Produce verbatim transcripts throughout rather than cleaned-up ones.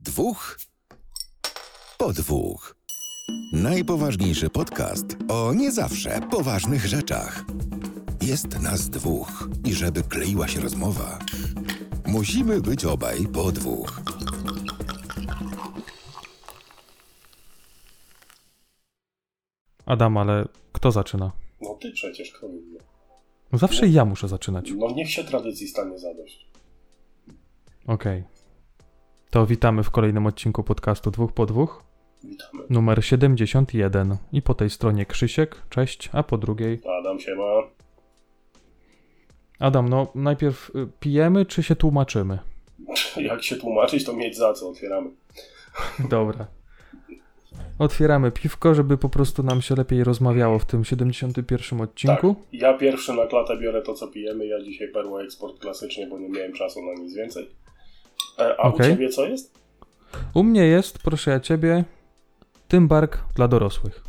dwóch po dwóch. Najpoważniejszy podcast o nie zawsze poważnych rzeczach. Jest nas dwóch i żeby kleiła się rozmowa, musimy być obaj po dwóch. Adam, ale kto zaczyna? No ty przecież, kto inny. No zawsze no, ja muszę zaczynać. No niech się tradycji stanie zadość. Okej. Okay. To witamy w kolejnym odcinku podcastu Dwóch po Dwóch. Witamy. Numer siedemdziesiąt jeden. I po tej stronie Krzysiek, cześć, a po drugiej... Adam, siema. Adam, no najpierw pijemy, czy się tłumaczymy? Jak się tłumaczyć, to mieć za co, otwieramy. Dobra. Otwieramy piwko, żeby po prostu nam się lepiej rozmawiało w tym siedemdziesiątym pierwszym odcinku. Tak, ja pierwszy na klatę biorę to, co pijemy. Ja dzisiaj Perła Eksport klasycznie, bo nie miałem czasu na nic więcej. E, a okay. U ciebie co jest? U mnie jest, proszę ja ciebie, Tymbark dla dorosłych.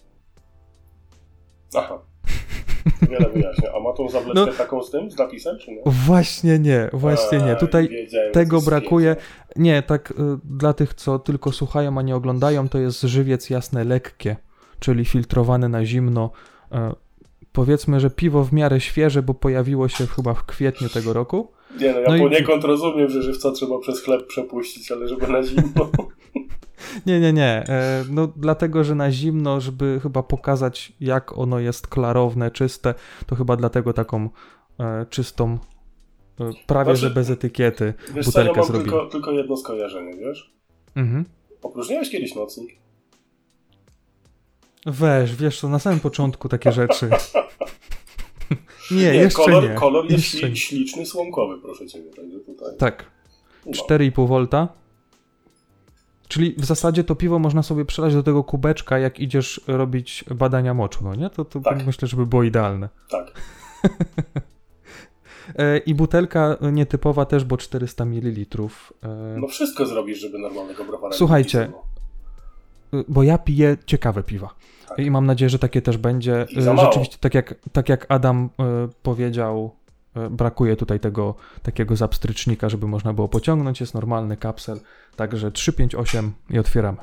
Aha. Wiele wyjaśnia. A ma tą zableczkę no, taką z tym, z napisem, czy nie? Właśnie nie, właśnie nie. Tutaj wiedziałem, tego brakuje. Nie, tak y, dla tych, co tylko słuchają, a nie oglądają, to jest żywiec jasne lekkie, czyli filtrowane na zimno. Y, powiedzmy, że piwo w miarę świeże, bo pojawiło się chyba w kwietniu tego roku. Nie no, ja no poniekąd i... rozumiem, że żywca trzeba przez chleb przepuścić, ale żeby na zimno... Nie, nie, nie. E, no dlatego, że na zimno, żeby chyba pokazać, jak ono jest klarowne, czyste, to chyba dlatego taką e, czystą, e, prawie znaczy, że bez etykiety wiesz butelkę co, ja mam zrobili. Tylko, tylko jedno skojarzenie, wiesz? Mhm. Opróżniałeś kiedyś nocnik? Weź, wiesz co, na samym początku takie rzeczy. nie, nie, jeszcze kolor, nie. Kolor jest jeszcze śli, śliczny, słomkowy, proszę ciebie. Także tutaj. Tak. No. cztery i pół wolta. Czyli w zasadzie to piwo można sobie przelać do tego kubeczka, jak idziesz robić badania moczu, no nie? To, to tak. Myślę, że by było idealne. Tak. I butelka nietypowa też, bo czterysta mililitrów. No wszystko zrobisz, żeby normalnego browara. Słuchajcie, bo ja piję ciekawe piwa. Tak. I mam nadzieję, że takie też będzie. Rzeczywiście, tak jak, tak jak Adam y, powiedział, y, brakuje tutaj tego takiego zapstrycznika, żeby można było pociągnąć. Jest normalny kapsel. Także trzy, pięć, osiem i otwieramy.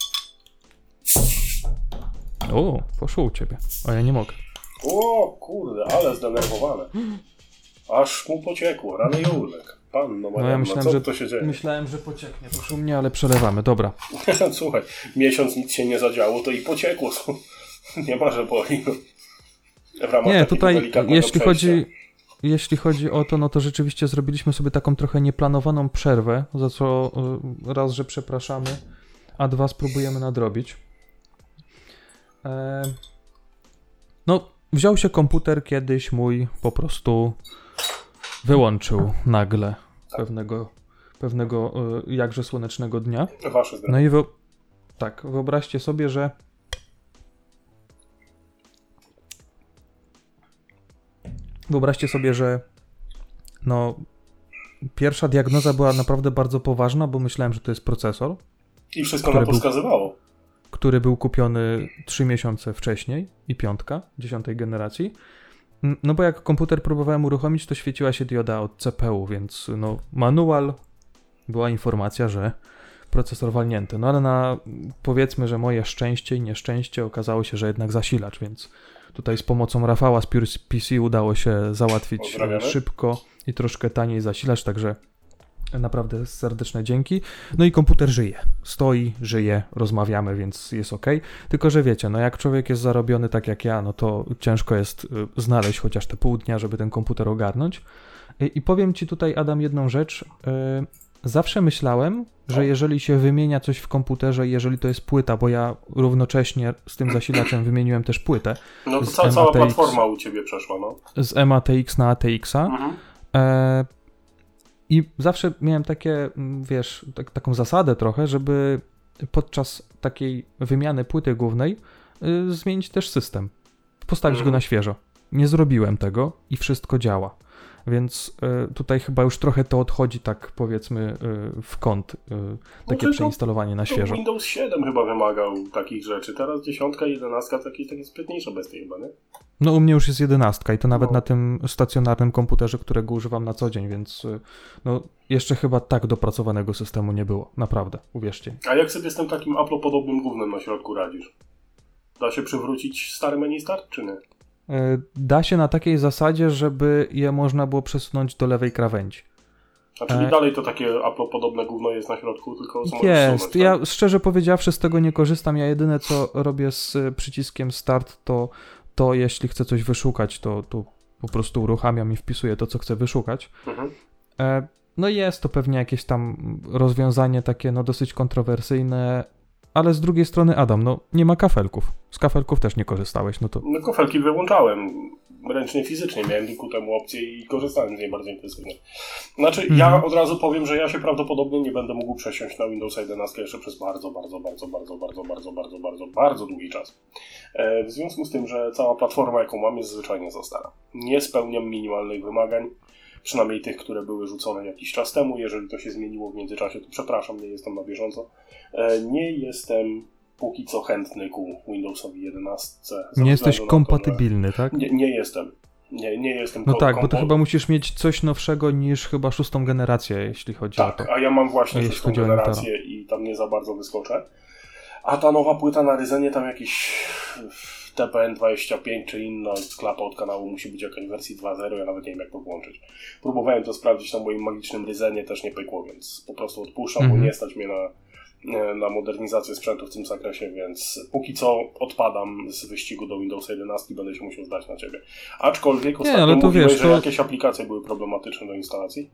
O, poszło u ciebie. O, ja nie mogę. O kurde, ale zdenerwowane. Aż mu pociekło, rany Jurek. Panno Marianna, no ja myślałem, co że, to się dzieje? Myślałem, że pocieknie to u mnie, ale przelewamy, dobra. Słuchaj, miesiąc nic się nie zadziało, to i pociekło. Nie ma, że boli. W ramach nie, tutaj jeśli chodzi, jeśli chodzi o to, no to rzeczywiście zrobiliśmy sobie taką trochę nieplanowaną przerwę, za co raz, że przepraszamy, a dwa spróbujemy nadrobić. E... No, wziął się komputer kiedyś mój, po prostu wyłączył nagle pewnego, pewnego jakże słonecznego dnia. Wasze zdrowie. No i wy... tak, wyobraźcie sobie, że Wyobraźcie sobie, że no, pierwsza diagnoza była naprawdę bardzo poważna, bo myślałem, że to jest procesor. I wszystko na to wskazywało. Który był kupiony trzy miesiące wcześniej i piątka, dziesiątej generacji. No bo jak komputer próbowałem uruchomić, to świeciła się dioda od C P U, więc no manual, była informacja, że procesor walnięty. No ale na, powiedzmy, że moje szczęście i nieszczęście okazało się, że jednak zasilacz, więc tutaj z pomocą Rafała z Pure P C udało się załatwić szybko i troszkę taniej zasilacz, także naprawdę serdeczne dzięki. No i komputer żyje. Stoi, żyje, rozmawiamy, więc jest ok. Tylko, że wiecie, no jak człowiek jest zarobiony tak jak ja, no to ciężko jest znaleźć chociaż te pół dnia, żeby ten komputer ogarnąć. I, i powiem ci tutaj, Adam, jedną rzecz. Zawsze myślałem, że jeżeli się wymienia coś w komputerze, jeżeli to jest płyta, bo ja równocześnie z tym zasilaczem wymieniłem też płytę. No to ca- cała platforma u ciebie przeszła, no. Z M A T X na A T X-a. Mhm. E- I zawsze miałem takie, wiesz, tak, taką zasadę trochę, żeby podczas takiej wymiany płyty głównej y, zmienić też system. Postawić mhm. go na świeżo. Nie zrobiłem tego i wszystko działa. Więc y, tutaj chyba już trochę to odchodzi, tak powiedzmy, y, w kąt, y, takie no, przeinstalowanie na świeżo. Windows siedem chyba wymagał takich rzeczy. Teraz dziesiątka i jedenastka to jakieś takie sprytniejsze bestie chyba, nie? No u mnie już jest jedenastka i to nawet no. na tym stacjonarnym komputerze, którego używam na co dzień, więc y, no jeszcze chyba tak dopracowanego systemu nie było. Naprawdę, uwierzcie. A jak sobie z tym takim Apple-podobnym gównem na środku radzisz? Da się przywrócić stary menu start, czy nie? Da się na takiej zasadzie, żeby je można było przesunąć do lewej krawędzi. A czyli e... dalej to takie Apple-podobne gówno jest na środku, tylko co jest. Sunąć, tak? Ja szczerze powiedziawszy z tego nie korzystam. Ja jedyne co robię z przyciskiem start, to, to jeśli chcę coś wyszukać, to, to po prostu uruchamiam i wpisuję to, co chcę wyszukać. Mhm. E... No jest to pewnie jakieś tam rozwiązanie takie no dosyć kontrowersyjne, ale z drugiej strony, Adam, no nie ma kafelków. Z kafelków też nie korzystałeś, no to... No kafelki wyłączałem ręcznie, fizycznie. Miałem ku temu opcję i korzystałem z niej bardzo intensywnie. Znaczy, mhm. ja od razu powiem, że ja się prawdopodobnie nie będę mógł przesiąść na Windowsa jedenaście jeszcze przez bardzo, bardzo, bardzo, bardzo, bardzo, bardzo, bardzo, bardzo, bardzo długi czas. W związku z tym, że cała platforma, jaką mam, jest zwyczajnie za stara. Nie spełniam minimalnych wymagań. Przynajmniej tych, które były rzucone jakiś czas temu. Jeżeli to się zmieniło w międzyczasie, to przepraszam, nie jestem na bieżąco. Nie jestem póki co chętny ku Windowsowi jedenaście. Nie jesteś kompatybilny, to, tak? Nie, nie jestem. Nie, nie jestem. No ko- tak, kompo- bo to chyba musisz mieć coś nowszego niż chyba szóstą generację, jeśli chodzi tak, o to. Tak, a ja mam właśnie jeśli szóstą generację i tam nie za bardzo wyskoczę. A ta nowa płyta na Ryzenie tam jakiś T P N dwadzieścia pięć czy inna klapa od kanału musi być jakaś wersji dwa zero, ja nawet nie wiem jak to włączyć. Próbowałem to sprawdzić na moim magicznym Ryzenie, też nie pykło, więc po prostu odpuszczam, mm-hmm. bo nie stać mnie na, na modernizację sprzętu w tym zakresie, więc póki co odpadam z wyścigu do Windowsa jedenaście, będę się musiał zdać na ciebie. Aczkolwiek ostatnio nie, ale to mówiłeś, wiesz, że to... jakieś aplikacje były problematyczne do instalacji?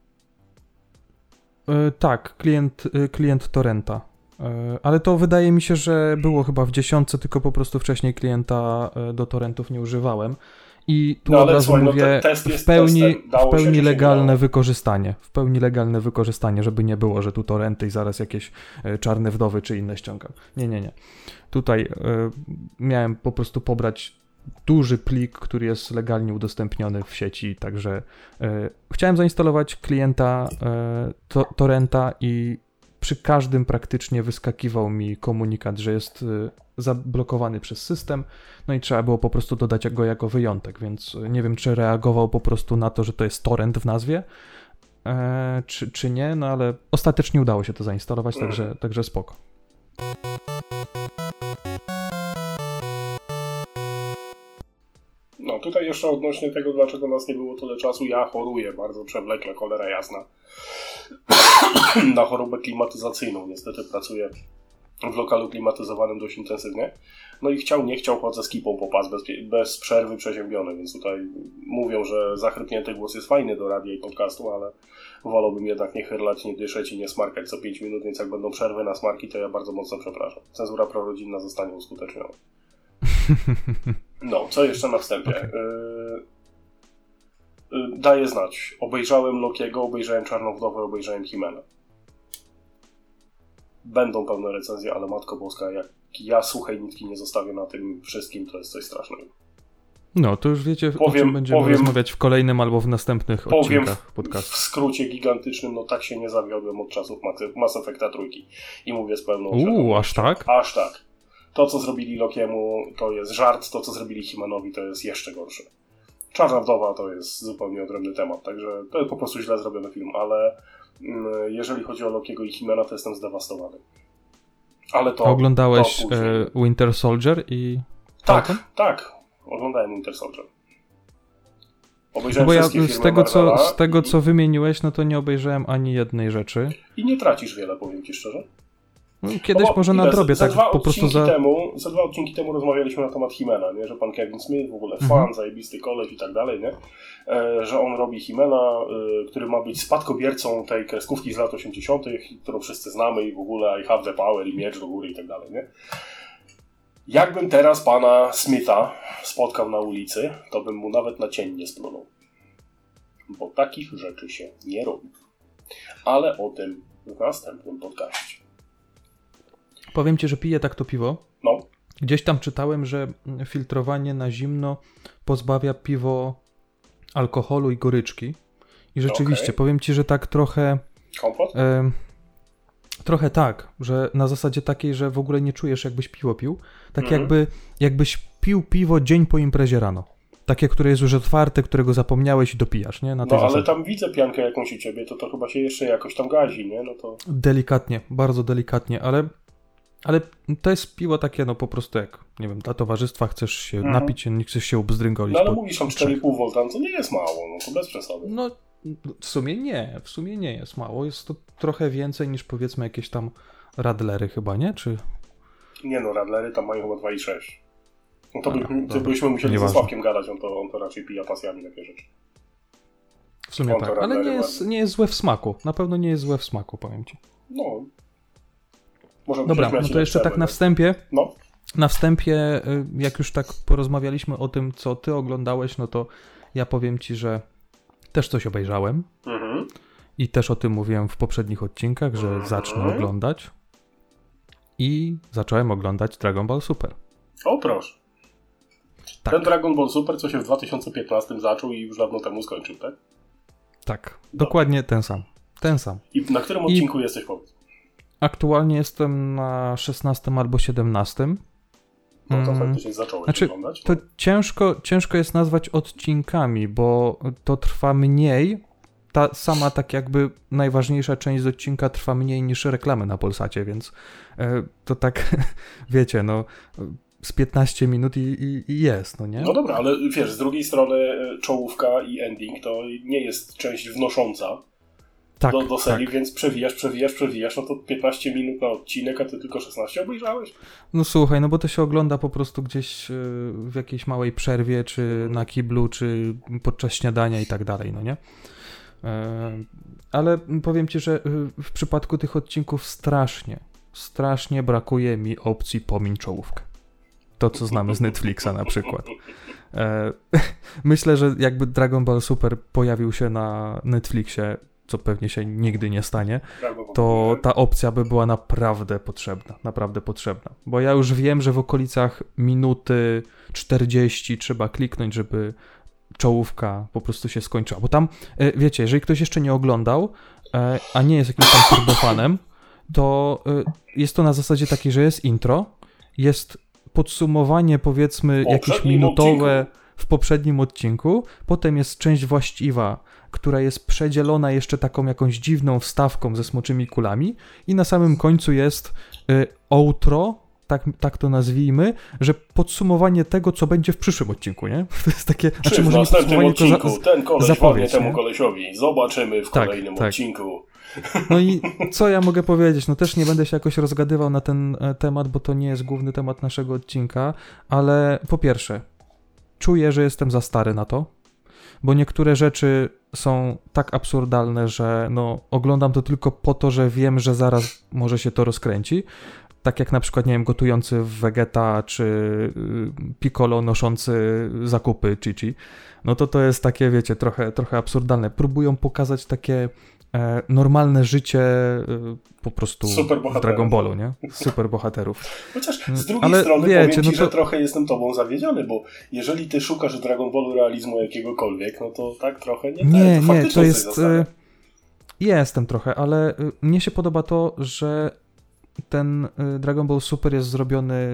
Yy, tak, klient, yy, klient torrenta. Ale to wydaje mi się, że było chyba w dziesiątce, tylko po prostu wcześniej klienta do torrentów nie używałem. I tu no, od razu słuchaj, mówię, no w pełni, w pełni legalne wykorzystanie. W pełni legalne wykorzystanie, żeby nie było, że tu torrenty i zaraz jakieś czarne wdowy czy inne ściągam. Nie, nie, nie. Tutaj y, miałem po prostu pobrać duży plik, który jest legalnie udostępniony w sieci, także y, chciałem zainstalować klienta y, to, torrenta i przy każdym praktycznie wyskakiwał mi komunikat, że jest y, zablokowany przez system, no i trzeba było po prostu dodać go jako wyjątek, więc nie wiem, czy reagował po prostu na to, że to jest torrent w nazwie, e, czy, czy nie, no ale ostatecznie udało się to zainstalować, mm. także, także spoko. No tutaj jeszcze odnośnie tego, dlaczego nas nie było tyle czasu, ja choruję bardzo przewlekle, cholera jasna. Na chorobę klimatyzacyjną. Niestety pracuję w lokalu klimatyzowanym dość intensywnie. No i chciał, nie chciał, chodzę z kipą po pas, bez, bez przerwy przeziębiony, więc tutaj mówią, że zachrypnięty głos jest fajny do radia i podcastu, ale wolałbym jednak nie chyrlać, nie dyszeć i nie smarkać co pięć minut, więc jak będą przerwy na smarki, to ja bardzo mocno przepraszam. Cenzura prorodzinna zostanie uskuteczniona. No, co jeszcze na wstępie? Okay. Y- Daję znać. Obejrzałem Lokiego, obejrzałem Czarną Wdowę, obejrzałem He-Mana. Będą pełne recenzje, ale Matko Boska, jak ja suchej nitki nie zostawię na tym wszystkim, to jest coś strasznego. No, to już wiecie, powiem, o czym będziemy powiem, rozmawiać w kolejnym albo w następnych powiem odcinkach podcastu. W skrócie gigantycznym, no tak się nie zawiodłem od czasów Mass Effecta trójki. I mówię z pełną Uuu, aż tak? Aż tak. To, co zrobili Lokiemu, to jest żart, to, co zrobili He-Manowi, to jest jeszcze gorsze. Czarna Wdowa to jest zupełnie odrębny temat, także to jest po prostu źle zrobiony film, ale mm, jeżeli chodzi o Lokiego i He-Mana, to jestem zdewastowany. Ale to... Oglądałeś to e, Winter Soldier i... Tak, Falcon? Tak. Oglądałem Winter Soldier. Obejrzałem no bo ja wszystkie z tego, co, z tego i... co wymieniłeś, no to nie obejrzałem ani jednej rzeczy. I nie tracisz wiele, powiem ci szczerze. No, kiedyś no, może nadrobię, tak po prostu za... Temu, za dwa odcinki temu rozmawialiśmy na temat He-Mana, nie? Że pan Kevin Smith, w ogóle fan, mhm. zajebisty koleś i tak dalej, nie? E, że on robi He-Mana, y, który ma być spadkobiercą tej kreskówki z lat osiemdziesiątych, którą wszyscy znamy i w ogóle I have the power i miecz do góry i tak dalej, nie? Jakbym teraz pana Smitha spotkał na ulicy, to bym mu nawet na cień nie splunął. Bo takich rzeczy się nie robi. Ale o tym w następnym podcaście. Powiem ci, że piję tak to piwo. No. Gdzieś tam czytałem, że filtrowanie na zimno pozbawia piwo alkoholu i goryczki. I rzeczywiście, Okay. powiem ci, że tak trochę... Kompot? E, trochę tak, że na zasadzie takiej, że w ogóle nie czujesz, jakbyś piwo pił. Tak Mhm. jakby, jakbyś pił piwo dzień po imprezie rano. Takie, które jest już otwarte, którego zapomniałeś i dopijasz, nie? Na tej No ale zasadzie. tam widzę piankę jakąś u ciebie, to to chyba się jeszcze jakoś tam gazi, nie? No to... Delikatnie, bardzo delikatnie, ale, ale to jest piwo takie, no po prostu jak, nie wiem, dla towarzystwa chcesz się Mhm. napić, nie chcesz się ubzdryngolić. No ale po mówisz tam trzech. cztery i pół wolta, no to nie jest mało, no to bez przesady. No w sumie nie, w sumie nie jest mało, jest to trochę więcej niż powiedzmy jakieś tam radlery chyba, nie? Czy... Nie no, radlery tam mają chyba dwa i sześć. No to, by, Dobra, to dobra. byśmy musieli Nieważne. ze Sławkiem gadać, on to, on to raczej pija pasjami takie rzeczy. W sumie On to tak, ale radlery nie jest, ładnie. nie jest złe w smaku, na pewno nie jest złe w smaku, powiem ci. No. Możemy Dobra, prześmiać no się to jeszcze chcemy, tak na wstępie, No. na wstępie, y, jak już tak porozmawialiśmy o tym, co ty oglądałeś, no to ja powiem ci, że też coś obejrzałem Mhm. i też o tym mówiłem w poprzednich odcinkach, że Mhm. zacznę oglądać i zacząłem oglądać Dragon Ball Super. O proszę. Tak. Ten Dragon Ball Super, co się w dwa tysiące piętnastym zaczął i już dawno temu skończył, tak? Tak, dokładnie ten sam, ten sam. I na którym I- odcinku jesteś, powiedz? Aktualnie jestem na szesnastym albo siedemnastym. No to Mm. faktycznie zacząłeś Znaczy, oglądać. To No. ciężko, ciężko jest nazwać odcinkami, bo to trwa mniej. Ta sama tak jakby najważniejsza część z odcinka trwa mniej niż reklamy na Polsacie, więc e, to tak, wiecie, no z piętnaście minut i, i, i jest, no nie? No dobra, ale wiesz, z drugiej strony e, czołówka i ending to nie jest część wnosząca tak, do, do serii, tak. więc przewijasz, przewijasz, przewijasz, no to piętnaście minut na odcinek, a ty tylko szesnaście obejrzałeś? No słuchaj, no bo to się ogląda po prostu gdzieś e, w jakiejś małej przerwie, czy na kiblu, czy podczas śniadania i tak dalej, no nie? E, Ale powiem ci, że e, w przypadku tych odcinków strasznie, strasznie brakuje mi opcji pomiń czołówkę. To, co znamy z Netflixa na przykład. E, Myślę, że jakby Dragon Ball Super pojawił się na Netflixie, co pewnie się nigdy nie stanie, Brawo, to bo- ta opcja by była naprawdę potrzebna, naprawdę potrzebna. Bo ja już wiem, że w okolicach minuty czterdzieści trzeba kliknąć, żeby czołówka po prostu się skończyła. Bo tam, e, wiecie, jeżeli ktoś jeszcze nie oglądał, e, a nie jest jakimś tam turbofanem, to e, jest to na zasadzie takiej, że jest intro, jest podsumowanie, powiedzmy, W jakieś poprzednim minutowe odcinku. w poprzednim odcinku, potem jest część właściwa, która jest przedzielona jeszcze taką jakąś dziwną wstawką ze smoczymi kulami i na samym końcu jest y, outro, tak, tak to nazwijmy, że podsumowanie tego, co będzie w przyszłym odcinku, nie? To jest takie, Czy znaczy w może nie następnym podsumowanie, tylko odcinku za, ten koleś walnie zapowiedź, temu nie? kolesiowi. Zobaczymy w Tak, kolejnym tak. odcinku. No i co ja mogę powiedzieć? No też nie będę się jakoś rozgadywał na ten e, temat, bo to nie jest główny temat naszego odcinka, ale po pierwsze, czuję, że jestem za stary na to, bo niektóre rzeczy są tak absurdalne, że no oglądam to tylko po to, że wiem, że zaraz może się to rozkręci. Tak jak na przykład, nie wiem, gotujący w Vegeta, czy y, Piccolo noszący zakupy Chichi. No to to jest takie, wiecie, trochę, trochę absurdalne. Próbują pokazać takie e, normalne życie e, po prostu w Superbohaterów. Dragon Ballu, nie? Super bohaterów. Chociaż Mm, z drugiej ale strony wiecie, powiem ci, no to- że trochę jestem tobą zawiedziony, bo jeżeli ty szukasz w Dragon Ballu realizmu jakiegokolwiek, no to tak trochę nie. Nie, tak, to nie, faktycznie to coś jest... zostawia. e, Jestem trochę, ale y, mnie się podoba to, że ten y, Dragon Ball Super jest zrobiony y,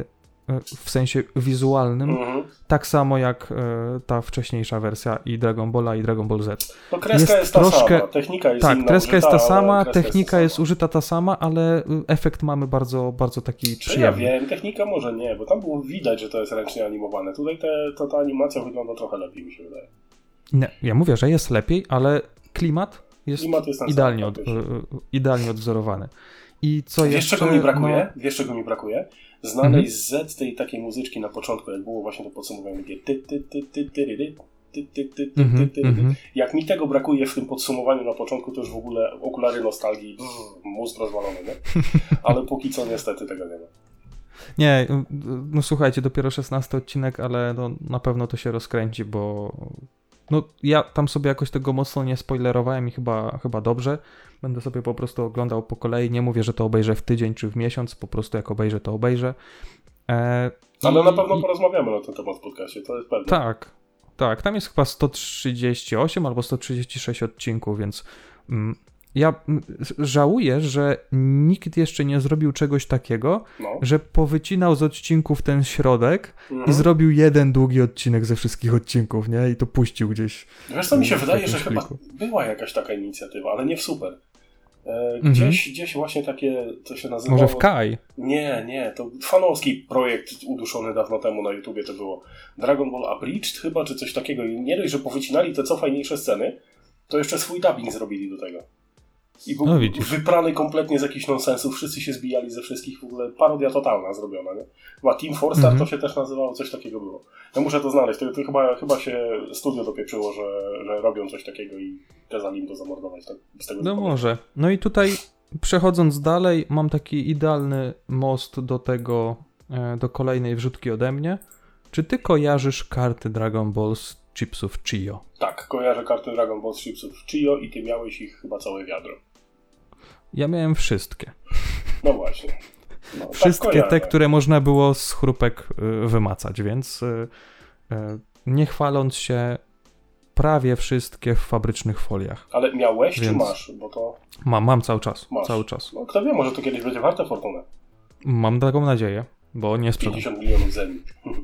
w sensie wizualnym, Mhm. tak samo jak y, ta wcześniejsza wersja i Dragon Balla i Dragon Ball Z. No kreska jest, jest ta troszkę- sama, technika jest Tak, inna kreska użyta, jest ta ale sama, kreska technika ta jest sama. użyta ta sama, ale y, efekt mamy bardzo, bardzo taki Czy ja przyjemny. wiem, technika może nie, bo tam było widać, że to jest ręcznie animowane. Tutaj te, to, ta animacja wygląda trochę lepiej, mi się wydaje. Nie, ja mówię, że jest lepiej, ale klimat jest, Klimat jest ten sam, idealnie, od, faktycznie. y, y, idealnie odwzorowany. I co Wiesz, jeszcze? czego mi brakuje? No, Wiesz, czego mi brakuje? Znanej Mhm. z tej takiej muzyczki na początku, jak było właśnie to podsumowanie takie ty, ty, ty, ty, tyryry, ty, ty, ty, ty, ty, mhm, tyryry. mhm. Jak mi tego brakuje w tym podsumowaniu na początku, to już w ogóle okulary nostalgii, brrr, mózg rozwalony, nie? Ale póki co niestety tego nie ma. Nie, no słuchajcie, dopiero szesnasty odcinek, ale no, na pewno to się rozkręci, bo no ja tam sobie jakoś tego mocno nie spoilerowałem i chyba, chyba dobrze. Będę sobie po prostu oglądał po kolei. Nie mówię, że to obejrzę w tydzień czy w miesiąc, po prostu jak obejrzę, to obejrzę. E, Ale i- na pewno i- porozmawiamy na ten temat w podcaście, to jest pewne. Tak, tak, tam jest chyba sto trzydzieści osiem albo sto trzydzieści sześć odcinków, więc mm, ja mm, żałuję, że nikt jeszcze nie zrobił czegoś takiego, No. że powycinał z odcinków ten środek Mhm. i zrobił jeden długi odcinek ze wszystkich odcinków, nie? I to puścił gdzieś. Wiesz co, mi się w wydaje, że jakimś chyba pliku. była jakaś taka inicjatywa, ale nie w Super. E, Mhm. Gdzieś, gdzieś właśnie takie, co się nazywało... Może w Kai? Nie, nie, to fanowski projekt uduszony dawno temu na YouTubie to było. Dragon Ball Abridged chyba, czy coś takiego. I nie dość, że powycinali te co fajniejsze sceny, to jeszcze swój dubbing zrobili do tego. I był No widzisz. wyprany kompletnie z jakichś nonsensów, wszyscy się zbijali ze wszystkich, w ogóle parodia totalna zrobiona, nie? Chyba Team Four Star Mhm. to się też nazywało, coś takiego było. Ja muszę to znaleźć, to, to chyba, chyba się studio dopieprzyło, że, że robią coś takiego i kazali im to zamordować. Tak, z tego No nie powiem. może. No i tutaj przechodząc dalej, mam taki idealny most do tego, e, do kolejnej wrzutki ode mnie. Czy ty kojarzysz karty Dragon Ball z chipsów Chio? Tak, kojarzę karty Dragon Ball z chipsów Chio i ty miałeś ich chyba całe wiadro. Ja miałem wszystkie. No właśnie. No, Wszystkie tak te, kojarzę. które można było z chrupek y, wymacać, więc y, y, nie chwaląc się, prawie wszystkie w fabrycznych foliach. Ale miałeś czy Więc- masz? Bo to Mam, mam cały czas, masz. cały czas. No kto wie, może to kiedyś będzie warte fortunę. Mam taką nadzieję, bo nie sprzedam. pięćdziesiąt milionów zeni.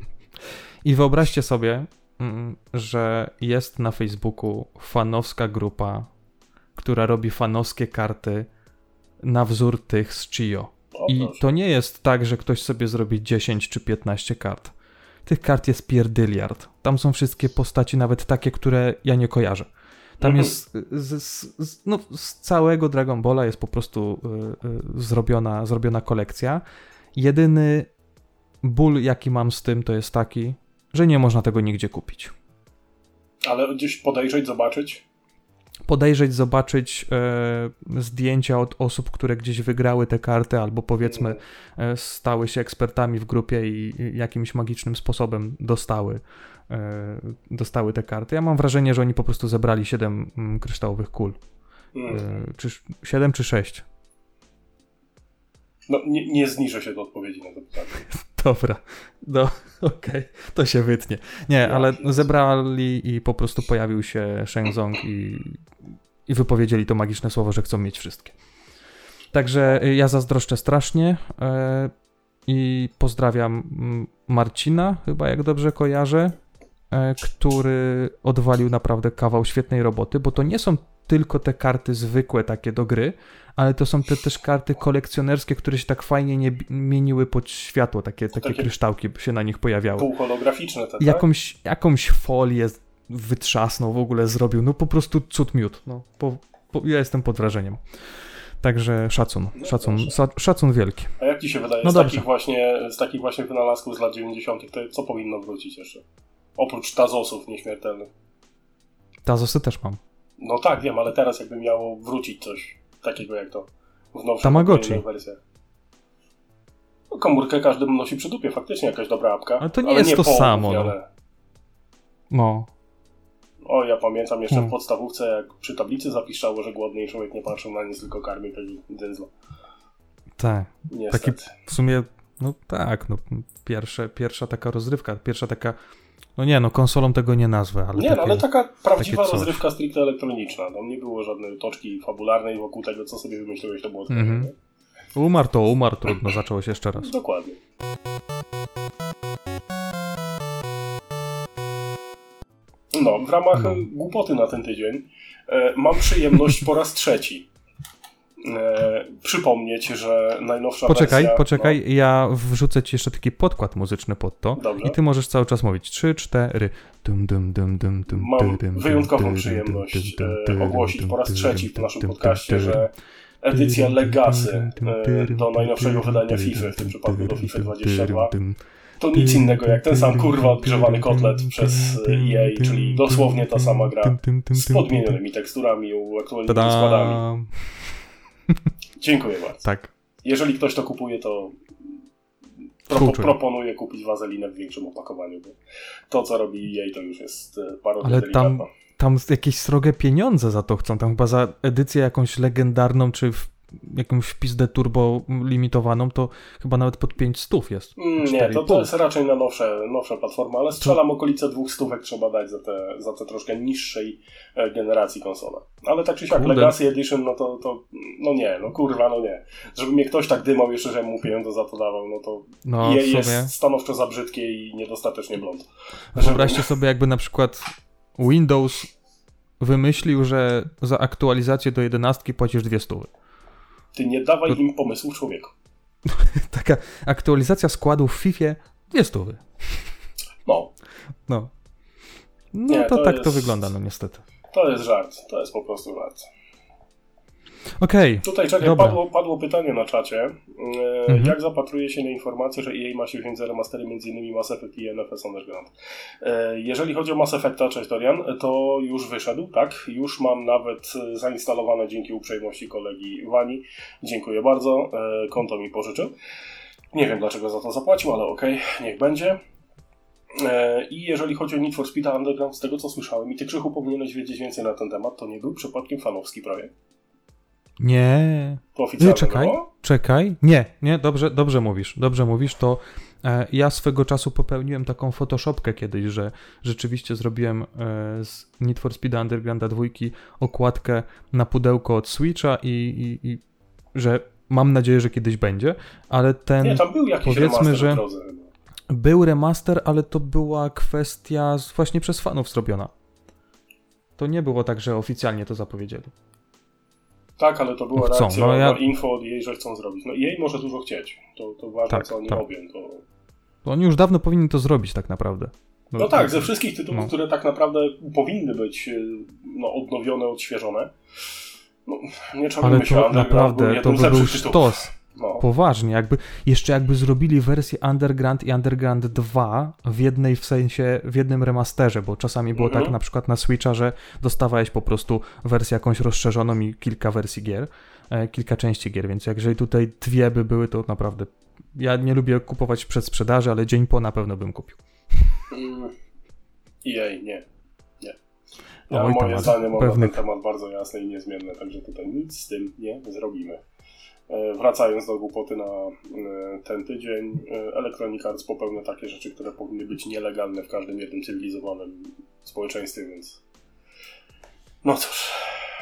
I wyobraźcie sobie, mm, że jest na Facebooku fanowska grupa, która robi fanowskie karty na wzór tych z Chio. O, I proszę. to nie jest tak, że ktoś sobie zrobi dziesięć czy piętnaście kart. Tych kart jest pierdyliard. Tam są wszystkie postaci, nawet takie, które ja nie kojarzę. Tam Mhm. jest z, z, z, no, z całego Dragon Balla jest po prostu y, y, zrobiona, zrobiona kolekcja. Jedyny ból, jaki mam z tym, to jest taki, że nie można tego nigdzie kupić. Ale gdzieś podejrzeć, zobaczyć? Podejrzeć, zobaczyć e, zdjęcia od osób, które gdzieś wygrały te karty, albo powiedzmy e, stały się ekspertami w grupie i, i jakimś magicznym sposobem dostały, e, dostały te karty. Ja mam wrażenie, że oni po prostu zebrali siedem mm, kryształowych kul. Mm. E, czy siedem czy sześć? No, nie, nie zniżę się do odpowiedzi na to pytanie. Dobra, no okej, to się wytnie. Nie, Ja ale się- zebrali i po prostu pojawił się Shenzong i, i wypowiedzieli to magiczne słowo, że chcą mieć wszystkie. Także y, ja zazdroszczę strasznie e, i pozdrawiam mm, Marcina, chyba jak dobrze kojarzę, e, który odwalił naprawdę kawał świetnej roboty, bo to nie są tylko te karty zwykłe takie do gry, ale to są te też karty kolekcjonerskie, które się tak fajnie nie bi- mieniły pod światło, takie, takie, Takie kryształki się na nich pojawiały. Półholograficzne te, tak? Jakąś, jakąś folię wytrzasnął, w ogóle zrobił, no po prostu cud miód. No, po, po, ja jestem pod wrażeniem. Także szacun, No szacun, proszę. sa, szacun wielki. A jak ci się wydaje, No z, dobrze. takich właśnie, z takich właśnie wynalazków z lat dziewięćdziesiątych, to co powinno wrócić jeszcze? Oprócz Tazosów nieśmiertelnych. Tazosy też mam. No tak, wiem, ale teraz jakby miało wrócić coś takiego jak to w nowszych Tamagotchi. kolejnych wersjach. No, komórkę każdy nosi przy dupie, faktycznie jakaś dobra apka. Ale to nie jest to samo, no. No. O, ja pamiętam jeszcze Hmm. w podstawówce, jak przy tablicy zapisało, że głodny i człowiek nie patrzył na nic, tylko karmił taki dędzlo. Tak. Niestety. Taki w sumie, no tak, no pierwsze, pierwsza taka rozrywka, pierwsza taka, no nie, no konsolą tego nie nazwę, ale Nie, takie, no, ale taka prawdziwa takie coś. rozrywka stricte elektroniczna. Tam nie było żadnej toczki fabularnej wokół tego, co sobie wymyśliłeś, to było twoje, Mhm. nie? umarł to umarł, trudno, zaczęło się jeszcze raz. Dokładnie. No, w ramach No. głupoty na ten tydzień e, mam przyjemność po raz trzeci e, przypomnieć, że najnowsza Poczekaj, wersja... poczekaj, ja wrzucę ci jeszcze taki podkład muzyczny pod to Dobrze. i ty możesz cały czas mówić trzy, cztery. Dum, dum, dum, dum, dum, Mam dum, dum, wyjątkową dum, przyjemność dum, e, dum, dum, ogłosić dum, po raz dum, trzeci w dum, naszym dum, podcaście, dum, że edycja Legacy e, do najnowszego wydania FIFA, w tym przypadku do FIFA dwadzieścia dwa, to nic innego jak ten sam kurwa odgrzewany kotlet przez E A, czyli dosłownie ta sama gra z podmienionymi teksturami i aktualnymi składami. Tada! Dziękuję bardzo. Tak. Jeżeli ktoś to kupuje, to propo- Współczuję. proponuję kupić wazelinę w większym opakowaniu, bo to, co robi E A, to już jest e, parodia Ale delikatna. tam, tam jakieś srogie pieniądze za to chcą. Tam chyba za edycję jakąś legendarną, czy w, jakąś w pizdę turbo limitowaną, to chyba nawet pod pięć stów jest. Mm, nie, to, to jest raczej na nowsze, nowsze platformy, ale strzelam to... okolice dwóch stówek trzeba dać za te, za te troszkę niższej generacji konsole. Ale tak czy siak, Kurde. Legacy Edition, no to, to no nie, no kurwa, no nie. Żeby mnie ktoś tak dymał jeszcze, że mu pieniądze za to dawał, no to no, je, jest stanowczo za brzydkie i niedostatecznie blond. Wyobraźcie żeby... sobie, jakby na przykład Windows wymyślił, że za aktualizację do jedenastki płacisz dwie stówy. Ty nie dawaj to... im pomysłów, człowieku. Taka aktualizacja składów w Fifie, dwie stówy. No. No. No nie, to, to tak jest... to wygląda, no niestety. To jest żart, to jest po prostu żart. Okej. Okay. Tutaj czekaj, padło, padło pytanie na czacie. Mhm. Jak zapatruje się na informację, że E A ma się wziąć za remastery m.in. Mass Effect i N F S Underground? Jeżeli chodzi o Mass Effecta, cześć Dorian, to już wyszedł, tak? Już mam nawet zainstalowane dzięki uprzejmości kolegi Wani. Dziękuję bardzo. Konto mi pożyczył. Nie wiem dlaczego za to zapłacił, ale okej, okay, niech będzie. I jeżeli chodzi o Need for Speed Underground, z tego co słyszałem, i ty Krzychu powinieneś wiedzieć więcej na ten temat, to nie był przypadkiem fanowski projekt? Nie. To oficjalnie czekaj, było? czekaj. Nie, nie, dobrze, dobrze mówisz. Dobrze mówisz, to e, ja swego czasu popełniłem taką photoshopkę kiedyś, że rzeczywiście zrobiłem e, z Need for Speed Undergrounda dwójki okładkę na pudełko od Switcha i, i, i że mam nadzieję, że kiedyś będzie, ale ten... Nie, tam był jakiś powiedzmy, remaster że w drodze. Był remaster, ale to była kwestia z, właśnie przez fanów zrobiona. To nie było tak, że oficjalnie to zapowiedzieli. Tak, ale to była chcą. reakcja no, ja... na info od jej, że chcą zrobić. No jej może dużo chcieć. To, to ważne, tak, co oni tak. robią. To... to oni już dawno powinni to zrobić tak naprawdę. No, no tak, ze wszystkich tytułów, no. które tak naprawdę powinny być no, odnowione, odświeżone. No, nie czarujmy się, ale to naprawdę, to by był sztos. No. Poważnie, jakby, jeszcze jakby zrobili wersję Underground i Underground dwa w jednej w sensie, w jednym remasterze, bo czasami było mm-hmm. tak na przykład na Switcha, że dostawałeś po prostu wersję jakąś rozszerzoną i kilka wersji gier, e, kilka części gier, więc jeżeli tutaj dwie by były, to naprawdę, ja nie lubię kupować przed sprzedaży, ale dzień po na pewno bym kupił. Mm. Jej, nie, nie. Ja Oj, moje zdanie mam pewnych... na ten temat bardzo jasne i niezmienne, także tutaj nic z tym nie zrobimy. Wracając do głupoty na ten tydzień, Electronic Arts popełnia takie rzeczy, które powinny być nielegalne w każdym jednym cywilizowanym społeczeństwie, więc no cóż.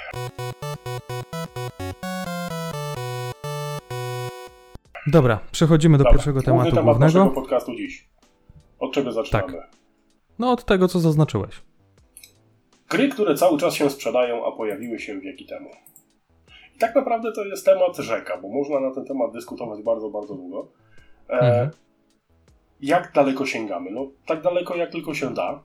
Dobra, przechodzimy do Dobra, pierwszego tematu temat głównego. naszego podcastu dziś. Od czego zaczynamy? Tak. No od tego, co zaznaczyłeś. Gry, które cały czas się sprzedają, a pojawiły się wieki temu. Tak naprawdę to jest temat rzeka, bo można na ten temat dyskutować bardzo, bardzo długo. E, mhm. Jak daleko sięgamy? No tak daleko, jak tylko się da.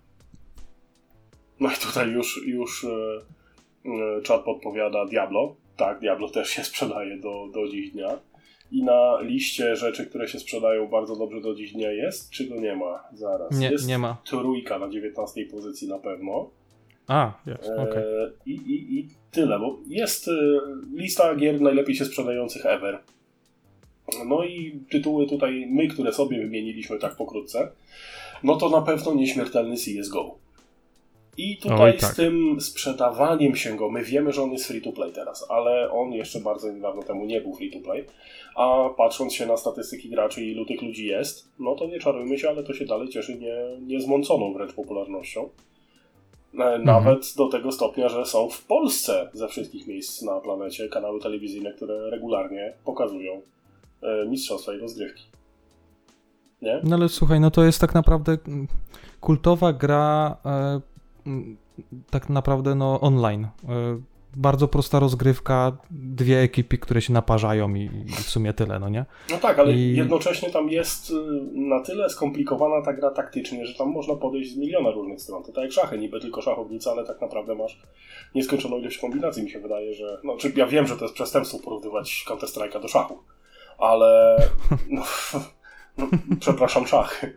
No i tutaj już, już e, e, czat podpowiada Diablo. Tak, Diablo też się sprzedaje do, do dziś dnia. I na liście rzeczy, które się sprzedają bardzo dobrze do dziś dnia jest, czy go nie ma? Zaraz. Nie, jest nie ma. Trójka na dziewiętnastej pozycji na pewno. A, jest, okej. Okay. I, i, I tyle, bo jest lista gier najlepiej się sprzedających ever. No i tytuły tutaj, my, które sobie wymieniliśmy tak pokrótce, no to na pewno nieśmiertelny C S G O. I tutaj Oj, tak. z tym sprzedawaniem się go, my wiemy, że on jest free to play teraz, ale on jeszcze bardzo niedawno temu nie był free to play, a patrząc się na statystyki graczy i ilu tych ludzi jest, no to nie czarujmy się, ale to się dalej cieszy nie, niezmąconą wręcz popularnością. Nawet mhm. do tego stopnia, że są w Polsce ze wszystkich miejsc na planecie kanały telewizyjne, które regularnie pokazują e, mistrzostwa i rozgrywki. Nie? No ale słuchaj, no to jest tak naprawdę kultowa gra e, tak naprawdę no online. E, bardzo prosta rozgrywka, dwie ekipy, które się naparzają i, i w sumie tyle, no nie? No tak, ale I... jednocześnie tam jest na tyle skomplikowana ta gra taktycznie, że tam można podejść z miliona różnych stron. To tak jak szachy, niby tylko szachownica, ale tak naprawdę masz nieskończoną ilość kombinacji, mi się wydaje, że... No, czy ja wiem, że to jest przestępstwo porównywać Counter-Strike'a do szachu, ale... No, no, przepraszam, szachy.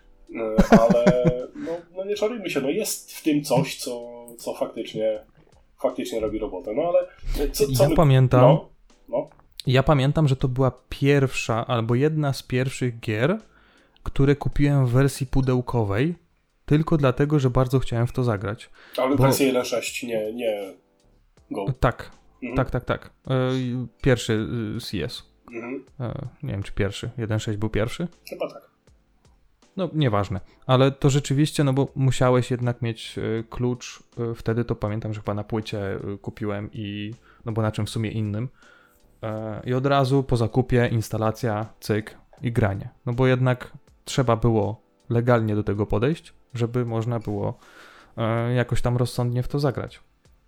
Ale no, no nie czarujmy się, no jest w tym coś, co, co faktycznie... faktycznie robi robotę, no ale... Co, co ja my... pamiętam, no, no. ja pamiętam, że to była pierwsza albo jedna z pierwszych gier, które kupiłem w wersji pudełkowej, tylko dlatego, że bardzo chciałem w to zagrać. Ale bo... wersja jeden sześć, nie, nie Go. Tak, Mhm. Tak, tak, tak. E, Pierwszy y, C S. Mhm. E, Nie wiem, czy pierwszy. jeden przecinek sześć był pierwszy? Chyba tak. No, nieważne. Ale to rzeczywiście, no bo musiałeś jednak mieć y, klucz. Y, Wtedy to pamiętam, że chyba na płycie y, kupiłem i, no bo na czym w sumie innym. E, I od razu po zakupie instalacja, cyk i granie. No bo jednak trzeba było legalnie do tego podejść, żeby można było e, jakoś tam rozsądnie w to zagrać.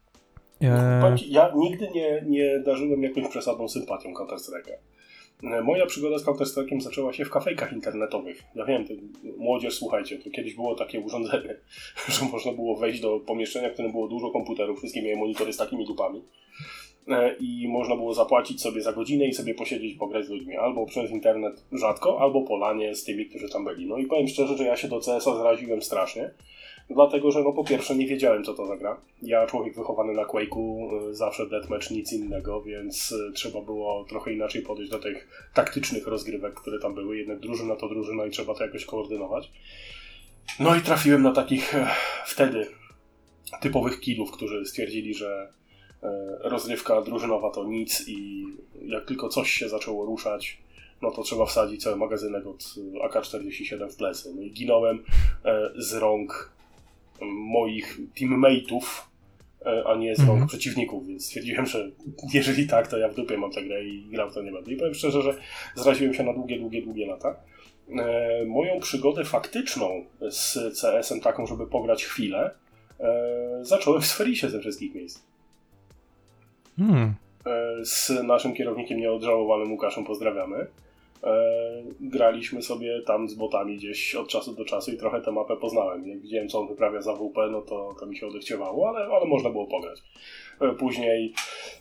E, Powiem ci, ja nigdy nie, nie darzyłem jakąś przesadną sympatią Counter-Strike'a. Moja przygoda z Counter-Strike'iem zaczęła się w kafejkach internetowych. Ja wiem, to, młodzież, słuchajcie, to kiedyś było takie urządzenie, że można było wejść do pomieszczenia, w którym było dużo komputerów, wszystkie miały monitory z takimi dupami i można było zapłacić sobie za godzinę i sobie posiedzieć, pograć z ludźmi. Albo przez internet rzadko, albo po lanie z tymi, którzy tam byli. No i powiem szczerze, że ja się do C S a zraziłem strasznie. Dlatego, że no po pierwsze nie wiedziałem, co to za gra. Ja, człowiek wychowany na Quake'u, zawsze deathmatch, nic innego, więc trzeba było trochę inaczej podejść do tych taktycznych rozgrywek, które tam były. Jednak drużyna to drużyna i trzeba to jakoś koordynować. No i trafiłem na takich e, wtedy typowych killów, którzy stwierdzili, że e, rozgrywka drużynowa to nic i jak tylko coś się zaczęło ruszać, no to trzeba wsadzić cały magazynek od A K czterdzieści siedem w plecy. No i ginąłem e, z rąk moich teammateów, a nie z rąk Mhm. przeciwników, więc stwierdziłem, że jeżeli tak, to ja w dupie mam tę grę i grał to nie będę. I powiem szczerze, że zraziłem się na długie, długie, długie lata. E, moją przygodę faktyczną z C S em, taką, żeby pograć chwilę, e, zacząłem w Sferisie ze wszystkich miejsc. hmm. E, z naszym kierownikiem nieodżałowanym Łukaszem, pozdrawiamy. E, graliśmy sobie tam z botami gdzieś od czasu do czasu i trochę tę mapę poznałem. Jak widziałem, co on wyprawia za W P, no to, to mi się odechciewało, ale, ale można było pograć. E, później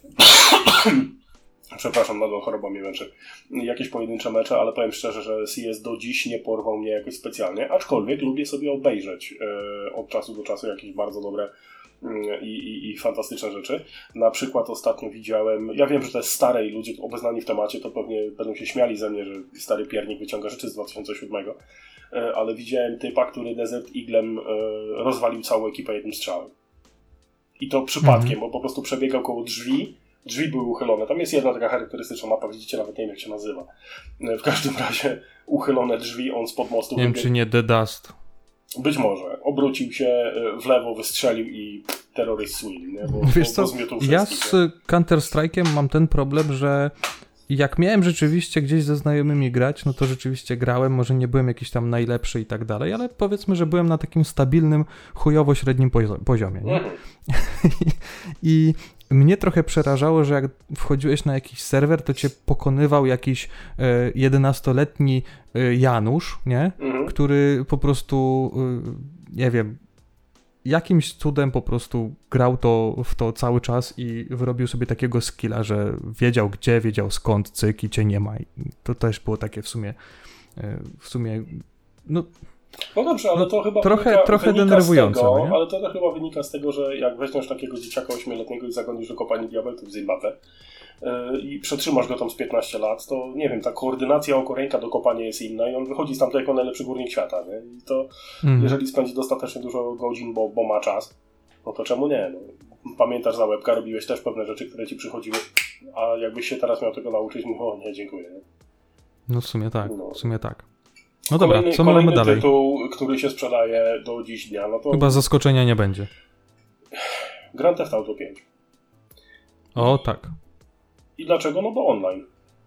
przepraszam, nadal choroba mnie męczy. Jakieś pojedyncze mecze, ale powiem szczerze, że C S do dziś nie porwał mnie jakoś specjalnie, aczkolwiek lubię sobie obejrzeć e, od czasu do czasu jakieś bardzo dobre I, i, i fantastyczne rzeczy. Na przykład ostatnio widziałem, ja wiem, że to jest stare i ludzie obeznani w temacie to pewnie będą się śmiali ze mnie, że stary piernik wyciąga rzeczy z dwa tysiące siódmego, ale widziałem typa, który Desert Eaglem rozwalił całą ekipę jednym strzałem. I to przypadkiem, mhm. bo po prostu przebiegał koło drzwi, drzwi były uchylone. Tam jest jedna taka charakterystyczna mapa, widzicie, nawet nie wiem jak się nazywa. W każdym razie uchylone drzwi, on spod mostu Nie wiem, wybiegł. czy nie The Dust. Być może. Obrócił się w lewo, wystrzelił i terroryst win, nie? Bo, Wiesz bo, co, bo ja z Counter-Strike'iem mam ten problem, że jak miałem rzeczywiście gdzieś ze znajomymi grać, no to rzeczywiście grałem, może nie byłem jakiś tam najlepszy i tak dalej, ale powiedzmy, że byłem na takim stabilnym, chujowo-średnim poziomie, nie? Mhm. I mnie trochę przerażało, że jak wchodziłeś na jakiś serwer, to cię pokonywał jakiś jedenastoletni e, Janusz, nie? Mhm. Który po prostu, e, nie wiem, jakimś cudem po prostu grał to w to cały czas i wyrobił sobie takiego skilla, że wiedział gdzie, wiedział skąd, cyk i cię nie ma. I to też było takie w sumie, e, w sumie, no... No dobrze, ale to chyba trochę, wynika, trochę wynika denerwujące, z tego, no nie? ale to chyba wynika z tego, że jak weźmiesz takiego dzieciaka ośmioletniego i zagonisz do kopalni diamentów w Zimbabwe yy, i przetrzymasz go tam z piętnaście lat, to nie wiem, ta koordynacja oko ręka do kopania jest inna i on wychodzi stamtąd jako najlepszy górnik świata, nie? I to Mhm. jeżeli spędzi dostatecznie dużo godzin, bo, bo ma czas, no to czemu nie? No, pamiętasz za łebka, robiłeś też pewne rzeczy, które ci przychodziły, a jakbyś się teraz miał tego nauczyć, mówię, o nie, dziękuję. Nie? No w sumie tak, No. w sumie tak. No dobra, Kolejny, co mamy kolejny dalej? tytuł, który się sprzedaje do dziś dnia, no to Chyba zaskoczenia nie będzie. Grand Theft Auto pięć. O, tak. I dlaczego? No bo online.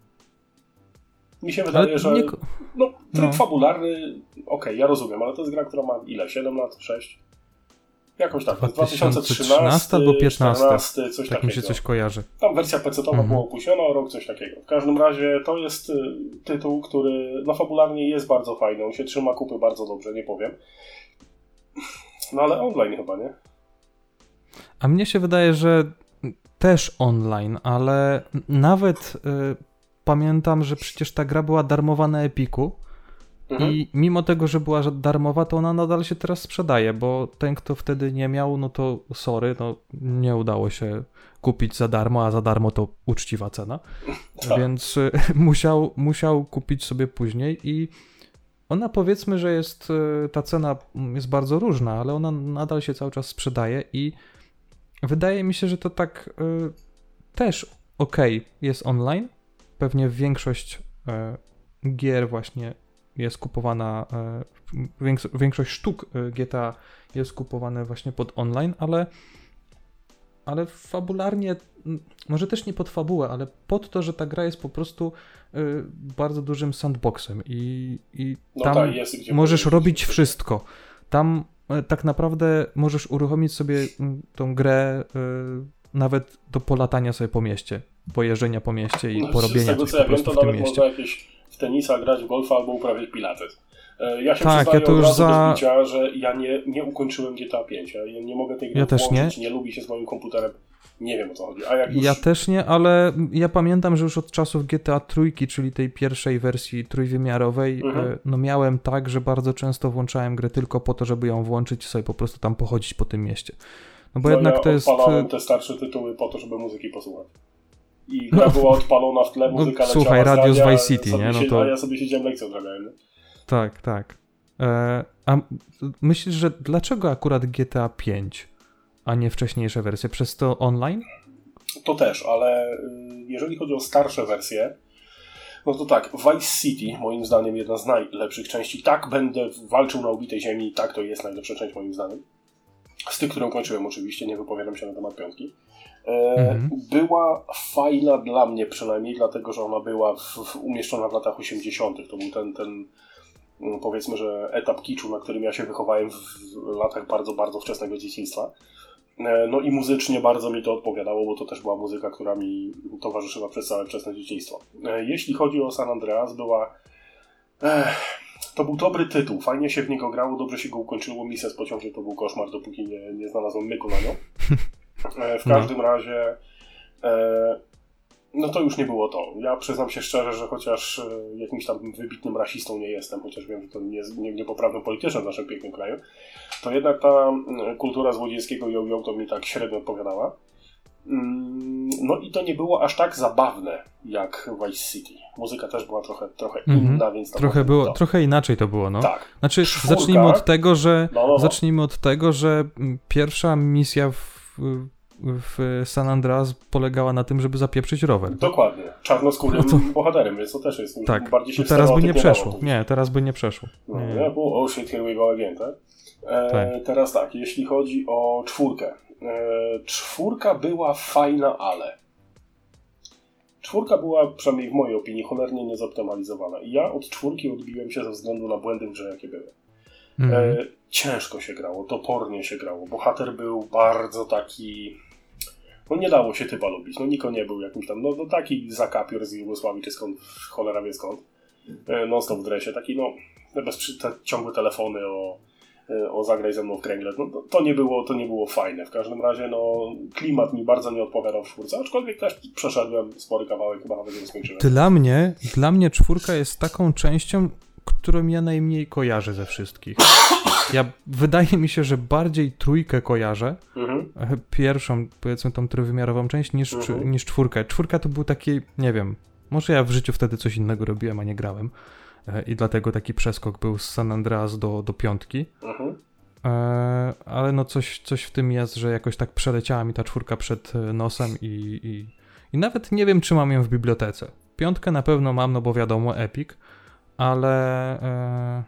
Mi się wydaje, Ale że nie... no, tryb no. fabularny, okej, okay, ja rozumiem, ale to jest gra, która ma ile? siedem lat? sześć? Jakoś tak. dwa dwa tysiące tysiące trzynasty trzynasty albo piętnasty. czternasty, coś Tak takiego. mi się coś kojarzy. Tam wersja pecetowa Mhm. była opóźniona o rok, coś takiego. W każdym razie to jest y, tytuł, który no fabularnie jest bardzo fajny, on się trzyma kupy bardzo dobrze, nie powiem. No ale online chyba, nie? A mnie się wydaje, że też online, ale nawet y, pamiętam, że przecież ta gra była darmowa na Epiku Mhm. i mimo tego, że była darmowa, to ona nadal się teraz sprzedaje, bo ten, kto wtedy nie miał, no to sorry, no nie udało się kupić za darmo, a za darmo to uczciwa cena, Tak. więc y, musiał, musiał kupić sobie później i ona powiedzmy, że jest, y, ta cena jest bardzo różna, ale ona nadal się cały czas sprzedaje i wydaje mi się, że to tak y, też okej, okay, jest online. Pewnie większość e, gier właśnie jest kupowana, e, większo- większość sztuk G T A jest kupowane właśnie pod online, ale ale fabularnie, może też nie pod fabułę, ale pod to, że ta gra jest po prostu y, bardzo dużym sandboxem i, i no tam tak, jest, gdzie możesz możesz robić coś. wszystko. Tam y, tak naprawdę możesz uruchomić sobie y, tą grę y, nawet do polatania sobie po mieście, pojeżdżenia po mieście i no, porobienia z tego, coś co po ja wiem, prostu to w tym nawet mieście. można jakieś w tenisa grać w golfa albo uprawiać pilates. Ja się Tak, przyznaję ja to od już razu za- bez bicia, że ja nie, nie ukończyłem G T A pięć. Ja nie mogę tej gry Ja też włączyć, nie. nie lubi się z moim komputerem. Nie wiem, o co chodzi. A jak już... Ja też nie, ale ja pamiętam, że już od czasów G T A trójki, czyli tej pierwszej wersji trójwymiarowej, Mhm. e, no miałem tak, że bardzo często włączałem grę tylko po to, żeby ją włączyć i sobie po prostu tam pochodzić po tym mieście. No bo no jednak ja to jest... odpalałem te starsze tytuły po to, żeby muzyki posłuchać. I No. gra była odpalona w tle, No, muzyka leciała słuchaj, z Radio z radia, Vice City, sobie nie? No się- to- A ja sobie siedziałem lekcję odrabiałem. nie? Tak, tak. E, a myślisz, że dlaczego akurat G T A pięć, a nie wcześniejsze wersje? Przez to online? To też, ale y, jeżeli chodzi o starsze wersje, no to tak, Vice City, moim zdaniem jedna z najlepszych części. Tak, będę walczył na ubitej ziemi, tak, to jest najlepsza część moim zdaniem. Z tych, którą kończyłem oczywiście, nie wypowiadam się na temat piątki. E, Mhm. Była fajna dla mnie przynajmniej, dlatego, że ona była w, w, umieszczona w latach osiemdziesiątych. To był ten, ten mm, powiedzmy, że etap kiczu, na którym ja się wychowałem w, w latach bardzo, bardzo wczesnego dzieciństwa. E, No i muzycznie bardzo mi to odpowiadało, bo to też była muzyka, która mi towarzyszyła przez całe wczesne dzieciństwo. E, Jeśli chodzi o San Andreas, była... Ech, to był dobry tytuł, fajnie się w niego grało, dobrze się go ukończyło. Misja z pociągiem to był koszmar, dopóki nie, nie znalazłem myku na nią. E, W No. każdym razie e, no to już nie było to. Ja przyznam się szczerze, że chociaż e, jakimś tam wybitnym rasistą nie jestem, chociaż wiem, że to nie jest nie, niepoprawne polityczne w naszym pięknym kraju, to jednak ta mm, kultura złodziejskiego yo-yo to mi tak średnio odpowiadała. Mm, No i to nie było aż tak zabawne jak Vice City. Muzyka też była trochę, trochę Mhm. inna, więc to Trochę, było, to. trochę inaczej to było, no. Tak. Znaczy, Czwórka. zacznijmy od tego, że No, no, no. zacznijmy od tego, że mm, pierwsza misja w, w San Andreas polegała na tym, żeby zapieprzyć rower. Dokładnie. Czarnoskórym No to- bohaterem, więc to też jest już Tak, bardziej się to teraz by nie stereotypowało przeszło. to. Nie, teraz by nie przeszło. No, Nie, nie, nie. było, oh shit, here we go again, tak? E, Tak. Teraz tak, jeśli chodzi o czwórkę. E, czwórka była fajna, ale... Czwórka była, przynajmniej w mojej opinii, cholernie niezoptymalizowana. I ja od czwórki odbiłem się ze względu na błędy w grze, jakie były. Mhm. E, ciężko się grało, topornie się grało. Bohater był bardzo taki... No nie dało się typa lubić. No Niko nie był jakimś tam... No, no taki zakapior z Jugosławii, czy skąd, cholera wie skąd. E, non-stop w dresie. Taki no... Bez przy- te, ciągłe telefony o... o zagraj ze mną w kręgle. No, to, to, nie było, to nie było fajne. W każdym razie no, klimat mi bardzo nie odpowiadał w czwórce, aczkolwiek też przeszedłem spory kawałek, chyba nawet nie skończyłem. Dla mnie, dla mnie czwórka jest taką częścią, którą ja najmniej kojarzę ze wszystkich. Ja, wydaje mi się, że bardziej trójkę kojarzę, Mhm. e, pierwszą, powiedzmy tą trójwymiarową część, niż, Mhm. niż czwórkę. Czwórka to był taki, nie wiem, może ja w życiu wtedy coś innego robiłem, a nie grałem. E, I dlatego taki przeskok był z San Andreas do, do piątki. Mhm. E, ale no coś, coś w tym jest, że jakoś tak przeleciała mi ta czwórka przed e, nosem i, i, i nawet nie wiem, czy mam ją w bibliotece. Piątkę na pewno mam, no bo wiadomo, Epic, ale e,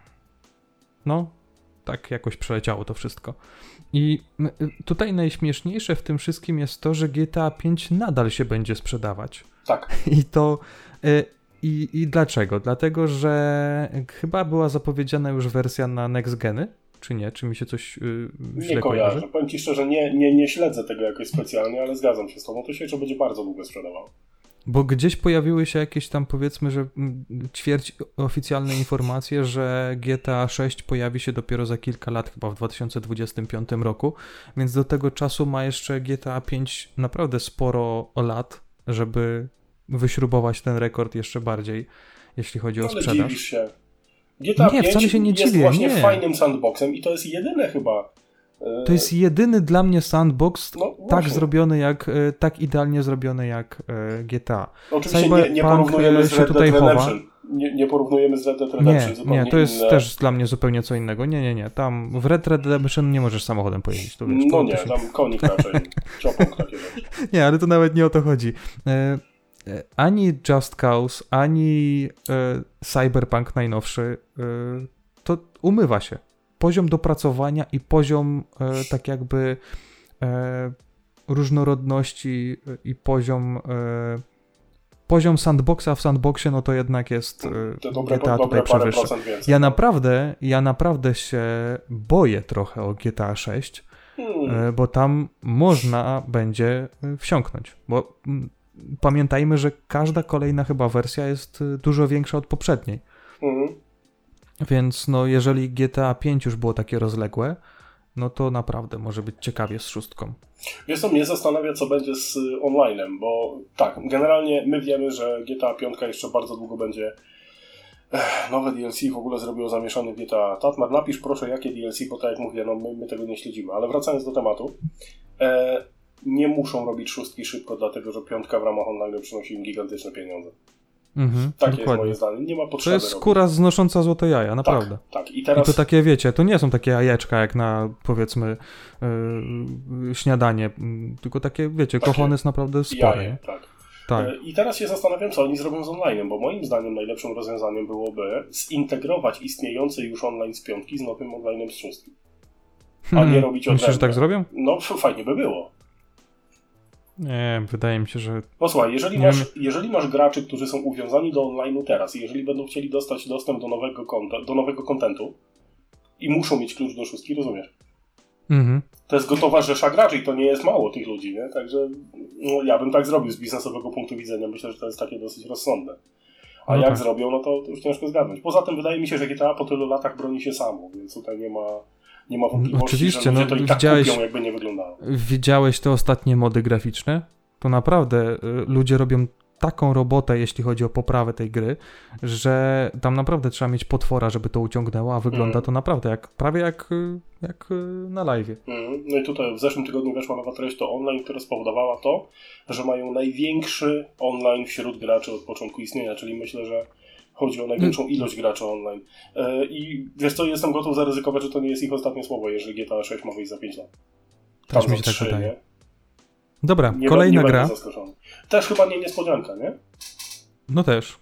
no, tak jakoś przeleciało to wszystko. I m, tutaj najśmieszniejsze w tym wszystkim jest to, że G T A pięć nadal się będzie sprzedawać. Tak. I to... E, i, I dlaczego? Dlatego, że chyba była zapowiedziana już wersja na next geny, czy nie? Czy mi się coś yy, źle Nie kojarzy? kojarzę. Powiem Ci szczerze, nie, nie, nie śledzę tego jakoś specjalnie, ale zgadzam się z Tobą. To się jeszcze będzie bardzo długo sprzedawało. Bo gdzieś pojawiły się jakieś tam, powiedzmy, że mm, ćwierć oficjalne informacje, że G T A sześć pojawi się dopiero za kilka lat, chyba w dwa tysiące dwudziestym piątym roku, więc do tego czasu ma jeszcze G T A pięć naprawdę sporo lat, żeby wyśrubować ten rekord jeszcze bardziej, jeśli chodzi o Ale sprzedaż. dziwisz się. G T A Nie, pięć wcale się nie jest dziwię, właśnie nie. fajnym sandboxem i to jest jedyne chyba. e, To jest jedyny dla mnie sandbox No, tak właśnie. zrobiony jak, e, tak idealnie zrobiony jak e, G T A. Oczywiście nie, nie Cyberpunk, porównujemy e, z się Red tutaj Dead chowa. Redemption. nie, nie porównujemy z Red Dead Redemption. Nie, zupełnie nie, to jest inne... też dla mnie zupełnie co innego. Nie, nie, nie. Tam w Red Red Redemption nie możesz samochodem pojeździć. To wiesz, no to, nie, to się... tam konik raczej, ciopąg, takie rzeczy. Nie, ale to nawet nie o to chodzi. E, e, ani Just Cause, ani e, Cyberpunk najnowszy, e, to umywa się. Poziom dopracowania i poziom e, tak jakby e, różnorodności i poziom e, poziom sandboxa w sandboxie, no to jednak jest e, To dobre, G T A dobre tutaj parę przewyższa. procent więcej. Ja naprawdę, ja naprawdę się boję trochę o G T A sześć, Hmm. e, bo tam można będzie e, wsiąknąć, bo m, pamiętajmy, że każda kolejna chyba wersja jest e, dużo większa od poprzedniej. Mhm. Więc no, jeżeli G T A pięć już było takie rozległe, no to naprawdę może być ciekawie z szóstką. Wiesz co, mnie zastanawia, co będzie z online'em, bo tak, generalnie my wiemy, że G T A pięć jeszcze bardzo długo będzie Ech, nowe D L C w ogóle zrobiło zamieszany w G T A. Tatmar, napisz proszę, jakie D L C, bo tak jak mówię, no my, my tego nie śledzimy. Ale wracając do tematu, e, nie muszą robić szóstki szybko, dlatego że piątka w ramach online przynosi im gigantyczne pieniądze. Mhm, Takie jest dokładnie. moje zdanie. Nie ma To potrzeby jest robić. skóra znosząca złote jaja, naprawdę. Tak, tak. I I teraz... to takie, wiecie, to nie są takie jajeczka jak na, powiedzmy, yy, śniadanie, yy, tylko takie, wiecie, Takie kochony jest naprawdę spore. jaje, nie? tak. Tak. E, I teraz się zastanawiam, co oni zrobią z online, bo moim zdaniem najlepszym rozwiązaniem byłoby zintegrować istniejący już online z piątki z nowym online z szóstki. A nie Hmm, robić myślisz, że odrębne. tak zrobią? No, f- fajnie by było. Nie, wydaje mi się, że... Posłuchaj, jeżeli Nie masz, wiem. jeżeli masz graczy, którzy są uwiązani do online'u teraz i jeżeli będą chcieli dostać dostęp do nowego konta, do nowego kontentu i muszą mieć klucz do szóstki, rozumiesz? Mhm. To jest gotowa rzesza graczy i to nie jest mało tych ludzi, nie? Także no, ja bym tak zrobił z biznesowego punktu widzenia. Myślę, że to jest takie dosyć rozsądne. A No jak tak. zrobią, no to, to już ciężko zgadnąć. Poza tym wydaje mi się, że G T A po tylu latach broni się samo, więc tutaj nie ma, nie ma wątpliwości, Oczywiście, że ludzie no, to i tak widziałeś- kupią, jakby nie wyglądało. Widziałeś te ostatnie mody graficzne? To naprawdę y, ludzie robią taką robotę, jeśli chodzi o poprawę tej gry, że tam naprawdę trzeba mieć potwora, żeby to uciągnęło, a wygląda Mhm. to naprawdę jak, prawie jak, y, jak y, na live'ie. Mhm. No i tutaj w zeszłym tygodniu weszła nowa treść to online, która spowodowała to, że mają największy online wśród graczy od początku istnienia, czyli myślę, że chodzi o największą ilość graczy online. E, I wiesz co, jestem gotów zaryzykować, że to nie jest ich ostatnie słowo, jeżeli G T A sześć ma wyjść za pięć lat. Też Tam mi za się tak trzy, wydaje. nie? Dobra, Nie, kolejna nie gra. będę zaskoczony. Też chyba nie niespodzianka, nie? No też.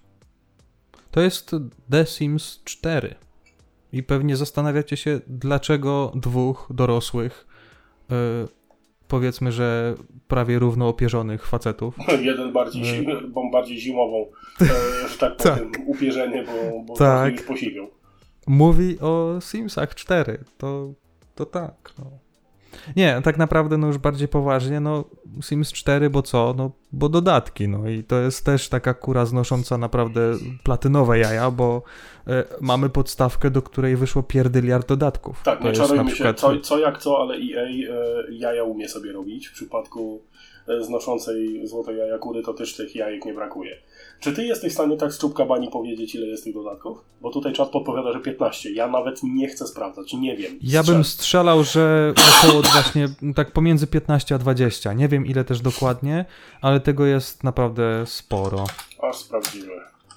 To jest The Sims cztery. I pewnie zastanawiacie się, dlaczego dwóch dorosłych, y, powiedzmy, że prawie równo opierzonych facetów. Jeden bardziej, Nie. zim, bo bardziej zimową, e, że tak Tak. powiem, upierzenie, bo, bo Tak. trochę już posiwią. Mówi o Simsach cztery. To, to tak. No. Nie, tak naprawdę no już bardziej poważnie, no Sims cztery, bo co? No bo dodatki, no i to jest też taka kura znosząca naprawdę platynowe jaja, bo e, mamy podstawkę, do której wyszło pierdyliard dodatków. Tak, to nie jest na czarujmy przykład... się, co, co jak co, ale E A e, jaja umie sobie robić. W przypadku e, znoszącej złote jaja kury to też tych jajek nie brakuje. Czy ty jesteś w stanie tak z czubka bani powiedzieć, ile jest tych dodatków? Bo tutaj czat podpowiada, że piętnaście. Ja nawet nie chcę sprawdzać, nie wiem. Ja Strzel. bym strzelał, że około właśnie tak pomiędzy piętnaście a dwadzieścia. Nie wiem ile też dokładnie, ale tego jest naprawdę sporo. Aż sprawdzimy.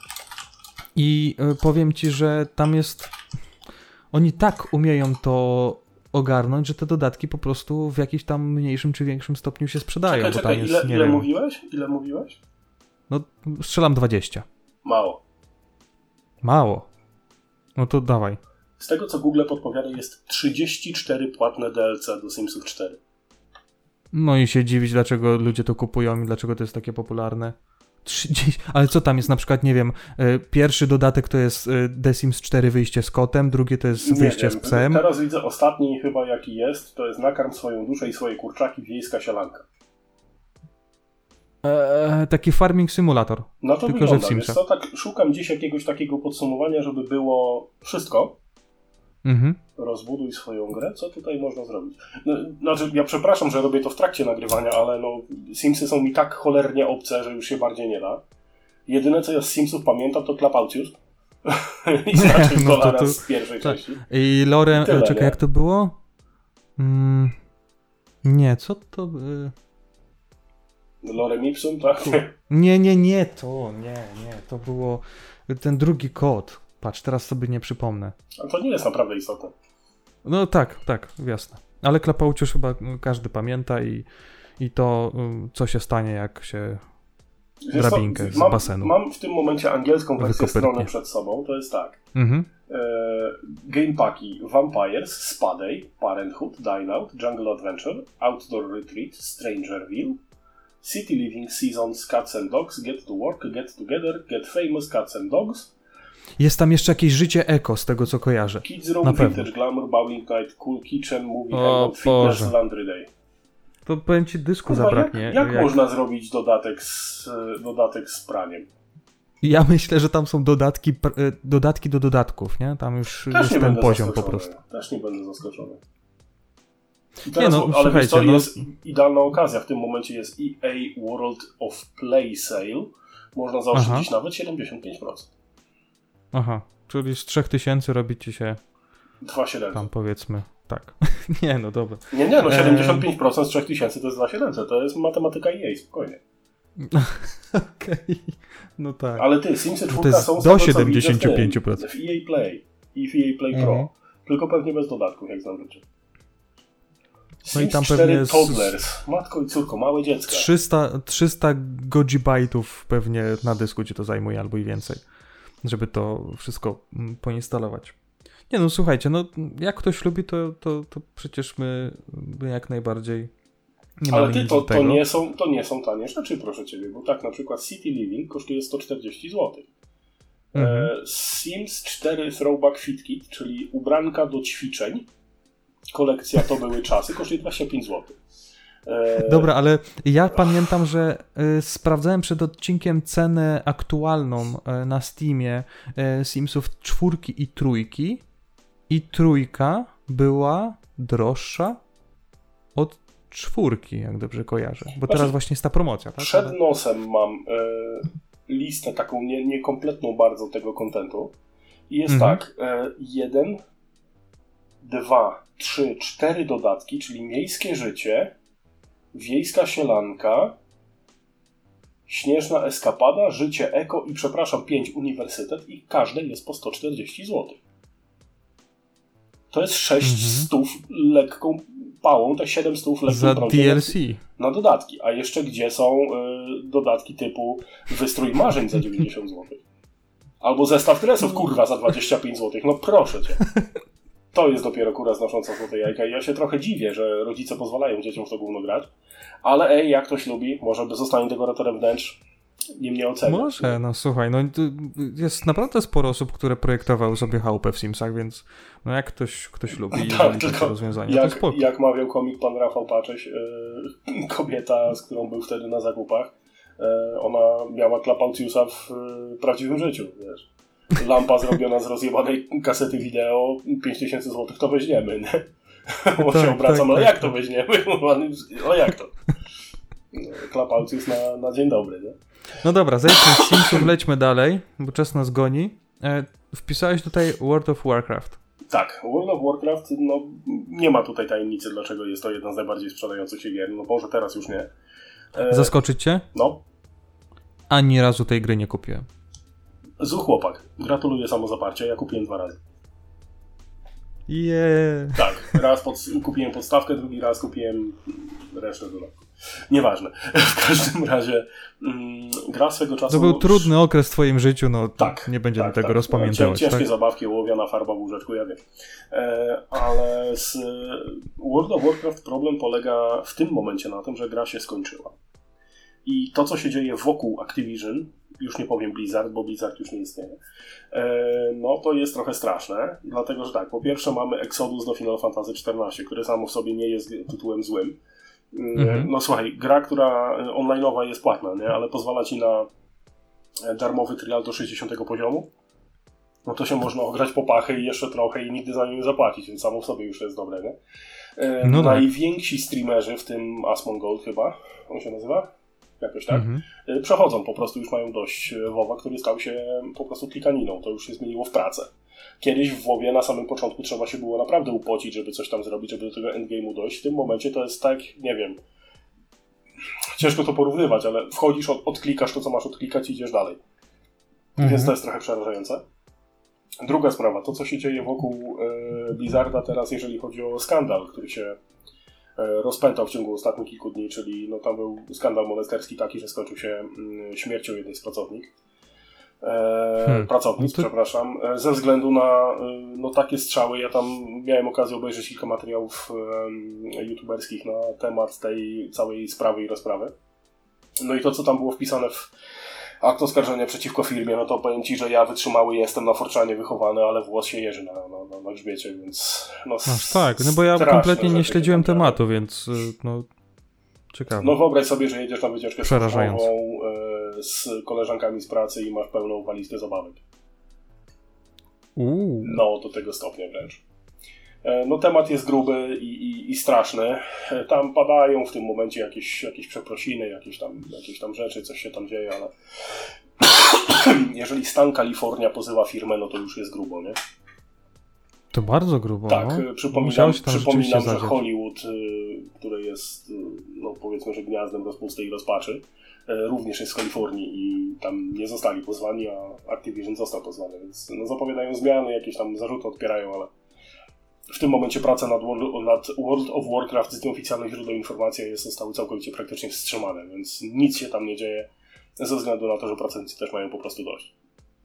I y, powiem ci, że tam jest... Oni tak umieją to ogarnąć, że te dodatki po prostu w jakimś tam mniejszym czy większym stopniu się sprzedają. Czekaj, bo czekaj, tam ile, jest, nie ile wiem, mówiłeś? Ile mówiłeś? no strzelam dwadzieścia. Mało. Mało. No to dawaj. Z tego, co Google podpowiada, jest trzydzieści cztery płatne D L C do Simsów cztery. No i się dziwić, dlaczego ludzie to kupują i dlaczego to jest takie popularne. trzydzieści Ale co tam jest na przykład, nie wiem, y, pierwszy dodatek to jest y, The Sims cztery wyjście z kotem, drugi to jest Nie wyjście wiem, z psem. Teraz widzę ostatni chyba jaki jest, to jest nakarm swoją duszę i swoje kurczaki, wiejska sielanka. E, taki farming simulator. No to Tylko, wygląda, że w wiesz Simsach. co, tak szukam gdzieś jakiegoś takiego podsumowania, żeby było wszystko. Mhm. Rozbuduj swoją grę, co tutaj można zrobić? No, znaczy, ja przepraszam, że robię to w trakcie nagrywania, ale no, Simsy są mi tak cholernie obce, że już się bardziej nie da. Jedyne, co ja z Simsów pamiętam, to Klapaucius. I znaczy No to dolara to- z pierwszej tak. części. I Lore... Tyle, Czekaj, nie? jak to było? Mm, nie, co to... Y... Lorem Ipsum, tak? Nie, nie, nie, to, nie, nie, to było... ten drugi kod, patrz, teraz sobie nie przypomnę. A to nie jest naprawdę istotne. No tak, tak, jasne. Ale klapauciusz chyba każdy pamięta i, i to, co się stanie, jak się Wiesz drabinkę co, z mam, basenu Mam w tym momencie angielską wersję wykopytnie. strony przed sobą. To jest tak. Mhm. E, Gamepaki Vampires, Spadey, Parenthood, Dine Out, Jungle Adventure, Outdoor Retreat, Strangerville, City Living Seasons, Cats and Dogs, Get to Work, Get Together, Get Famous, Cats and Dogs, Jest tam jeszcze jakieś życie eko, z tego co kojarzę. Kids Room, Na pewno. Vintage Glamour, Bowling Night, Cool Kitchen, Movie, O Hangout, Boże. Fitness, Laundry Day. To powiem ci, dysku Kurwa, zabraknie. Jak, jak, można zrobić dodatek z, dodatek z praniem? Ja myślę, że tam są dodatki, pr- dodatki do dodatków, nie? Tam już Też jest nie ten będę poziom po zaskoczony. prostu. Też nie będę zaskoczony. I teraz, Nie no, ale wiesz słuchajcie, co, no- jest idealna okazja. W tym momencie jest E A World of Play Sale. Można zaoszczędzić nawet siedemdziesiąt pięć procent. Aha, czyli z trzech tysięcy robi ci się dwa tysiące siedemset. tam powiedzmy, tak. Nie, no dobra. Nie, nie, no Eee. siedemdziesiąt pięć procent z trzech tysięcy to jest dwa tysiące siedemset. To jest matematyka E A, spokojnie. Okej, no tak. Ale ty, Simsy To cztery jest są z do tego, co siedemdziesiąt pięć widzę, procent. w tym, w E A Play i w E A Play Pro. Mhm. Tylko pewnie bez dodatków, jak znam rzeczy. No i Sims tam cztery pewnie z- Toddlers. Matko i córko, małe dziecko. trzysta, trzysta gigabajtów pewnie na dysku ci to zajmuje, albo i więcej, żeby to wszystko mm, poinstalować. Nie no, słuchajcie, no jak ktoś lubi, to, to, to przecież my, my jak najbardziej nie mamy Ale ty, nic to, do tego. to, nie są, to nie są tanie rzeczy, proszę ciebie, bo tak na przykład City Living kosztuje sto czterdzieści złotych. Mhm. E, Sims cztery Throwback Fit Kit, czyli ubranka do ćwiczeń, kolekcja To Były Czasy, kosztuje dwadzieścia pięć złotych. E, Dobra, ale ja pamiętam, że y, sprawdzałem przed odcinkiem cenę aktualną y, na Steamie y, Simsów czwórki i trójki i trójka była droższa od czwórki, jak dobrze kojarzę. Bo teraz Znaczy, właśnie jest ta promocja, tak? Przed nosem mam e, listę taką nie, niekompletną bardzo tego kontentu i jest Mhm. tak, e, jeden, dwa, trzy, cztery dodatki, czyli Miejskie Życie, Wiejska Sielanka, Śnieżna Eskapada, Życie Eko i przepraszam, pięć Uniwersytet i każde jest po sto czterdzieści złotych. To jest sześć Mhm. stów lekką pałą, te siedem stów lekką Za prądzie D L C. na dodatki. A jeszcze gdzie są y, dodatki typu Wystrój Marzeń za dziewięćdziesiąt złotych. Albo Zestaw Kresów, kurwa, za dwadzieścia pięć złotych. No proszę cię. To jest dopiero kura znosząca złote jajka i ja się trochę dziwię, że rodzice pozwalają dzieciom w to gówno grać. Ale ej, jak ktoś lubi, może by zostanie dekoratorem wnętrz, nie mnie ocenia. Może, no słuchaj, no to jest naprawdę sporo osób, które projektowały sobie chałupę w Simsach, więc no jak ktoś, ktoś lubi i Tak, woli tylko takie rozwiązania, to Jak, spoko. jak mawiał komik pan Rafał Pacześ, yy, kobieta, z którą był wtedy na zakupach, yy, ona miała klapaucjusa w yy, prawdziwym życiu, wiesz. Lampa zrobiona z rozjebanej kasety wideo, pięć tysięcy złotych to weźmiemy, nie? Bo Tak, się obracam, tak, ale tak, jak tak. to weźmiemy? Ale jak to? Klapaucjus na, na dzień dobry, nie? No dobra, zejdźmy z Simsów, lećmy dalej, bo czas nas goni. E, wpisałeś tutaj World of Warcraft. Tak, World of Warcraft, no nie ma tutaj tajemnicy, dlaczego jest to jedna z najbardziej sprzedających się gier. No może teraz już nie. E, Zaskoczyć cię? No, Ani razu tej gry nie kupiłem. Zu chłopak. Gratuluję samozaparcia, ja kupiłem dwa razy. Yeah. Tak, raz pod, kupiłem podstawkę, drugi raz kupiłem resztę dodatku. Nieważne. W każdym razie mm, gra swego czasu... To był trudny okres w twoim życiu, no Tak, nie będziemy tak, tego tak. rozpamiętywać. Ciężkie Tak? zabawki, ołowiana farba w łóżeczku, ja wiem. E, ale z World of Warcraft problem polega w tym momencie na tym, że gra się skończyła. I to, co się dzieje wokół Activision, już nie powiem Blizzard, bo Blizzard już nie istnieje, e, no to jest trochę straszne, dlatego że tak, po pierwsze mamy Exodus do Final Fantasy czternaście, który samo w sobie nie jest tytułem złym. Mhm. No słuchaj, gra, która online'owa jest płatna, nie? Ale pozwala ci na darmowy trial do sześćdziesiątego poziomu, no to się można ograć po pachy i jeszcze trochę i nigdy za nią nie zapłacić, więc samo w sobie już to jest dobre, nie? E, No tak. Najwięksi streamerzy, w tym Asmongold chyba, on się nazywa? Jakoś tak? Mhm. E, Przechodzą, po prostu już mają dość WoWa, który stał się po prostu klikaniną, to już się zmieniło w pracę. Kiedyś w WoWie na samym początku trzeba się było naprawdę upocić, żeby coś tam zrobić, żeby do tego endgame'u dojść. W tym momencie to jest tak, nie wiem, ciężko to porównywać, ale wchodzisz, od, odklikasz to, co masz odklikać i idziesz dalej. mhm. więc to jest trochę przerażające. Druga sprawa, to co się dzieje wokół e, Blizzarda teraz, jeżeli chodzi o skandal, który się e, rozpętał w ciągu ostatnich kilku dni, czyli no, tam był skandal molesterski taki, że skończył się mm, śmiercią jednej z pracownik. E, hmm. Pracownic, no to... przepraszam, e, ze względu na e, no, takie strzały. Ja tam miałem okazję obejrzeć kilka materiałów e, youtuberskich na temat tej całej sprawy i rozprawy. No i to, co tam było wpisane w akt oskarżenia przeciwko firmie, no to powiem Ci, że ja wytrzymały jestem na forczanie wychowany, ale włos się jeży na, na, na, na grzbiecie, więc no Aż tak, no bo ja kompletnie nie śledziłem tematu, więc no ciekawe. No wyobraź sobie, że jedziesz na wycieczkę służbową e, z koleżankami z pracy i masz pełną walizkę zabawek. Uuu. No, do tego stopnia wręcz. E, no temat jest gruby i, i, i straszny. E, tam padają w tym momencie jakieś, jakieś przeprosiny, jakieś tam, jakieś tam rzeczy, coś się tam dzieje, ale jeżeli stan Kalifornia pozywa firmę, no to już jest grubo, nie? To bardzo grubo, tak, no. przypominam, przypominam że Hollywood, y, które jest, y, no powiedzmy, że gniazdem rozpusty i rozpaczy, y, również jest z Kalifornii i tam nie zostali pozwani, a Activision został pozwany, więc no, zapowiadają zmiany, jakieś tam zarzuty odpierają, ale w tym momencie prace nad World, nad World of Warcraft z nieoficjalnych źródeł informacji jest, zostały całkowicie praktycznie wstrzymane, więc nic się tam nie dzieje ze względu na to, że pracownicy też mają po prostu dość.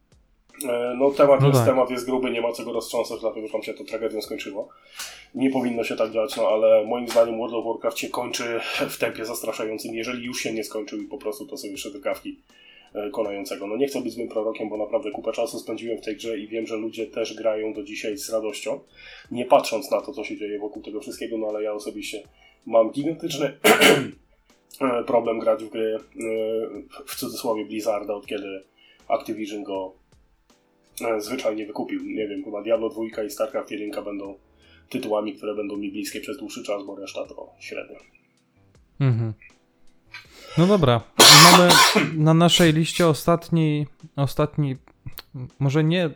No temat, no jest, tak. temat jest gruby, nie ma co go roztrząsać, dlatego że tam się to tragedią skończyło. Nie powinno się tak dziać, no ale moim zdaniem World of Warcraft się kończy w tempie zastraszającym, jeżeli już się nie skończył i po prostu to są jeszcze drgawki konającego. No nie chcę być złym prorokiem, bo naprawdę kupę czasu spędziłem w tej grze i wiem, że ludzie też grają do dzisiaj z radością, nie patrząc na to, co się dzieje wokół tego wszystkiego, no ale ja osobiście mam gigantyczny problem grać w gry, w cudzysłowie Blizzarda, od kiedy Activision go zwyczajnie wykupił. Nie wiem, chyba Diablo dwa i StarCraft jeden będą tytułami, które będą mi bliskie przez dłuższy czas, bo reszta to średnio. Mhm. No dobra. Mamy na naszej liście ostatni, ostatni, może nie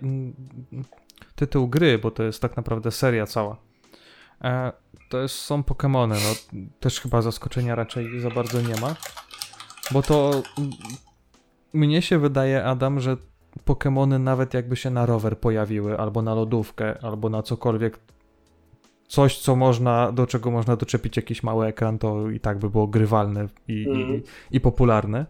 tytuł gry, bo to jest tak naprawdę seria cała. E, to jest, są Pokemony. No, też chyba zaskoczenia raczej za bardzo nie ma. Bo to mnie się wydaje, Adam, że Pokemony nawet jakby się na rower pojawiły, albo na lodówkę, albo na cokolwiek, coś co można, do czego można doczepić jakiś mały ekran, to i tak by było grywalne i, mm. i, i popularne.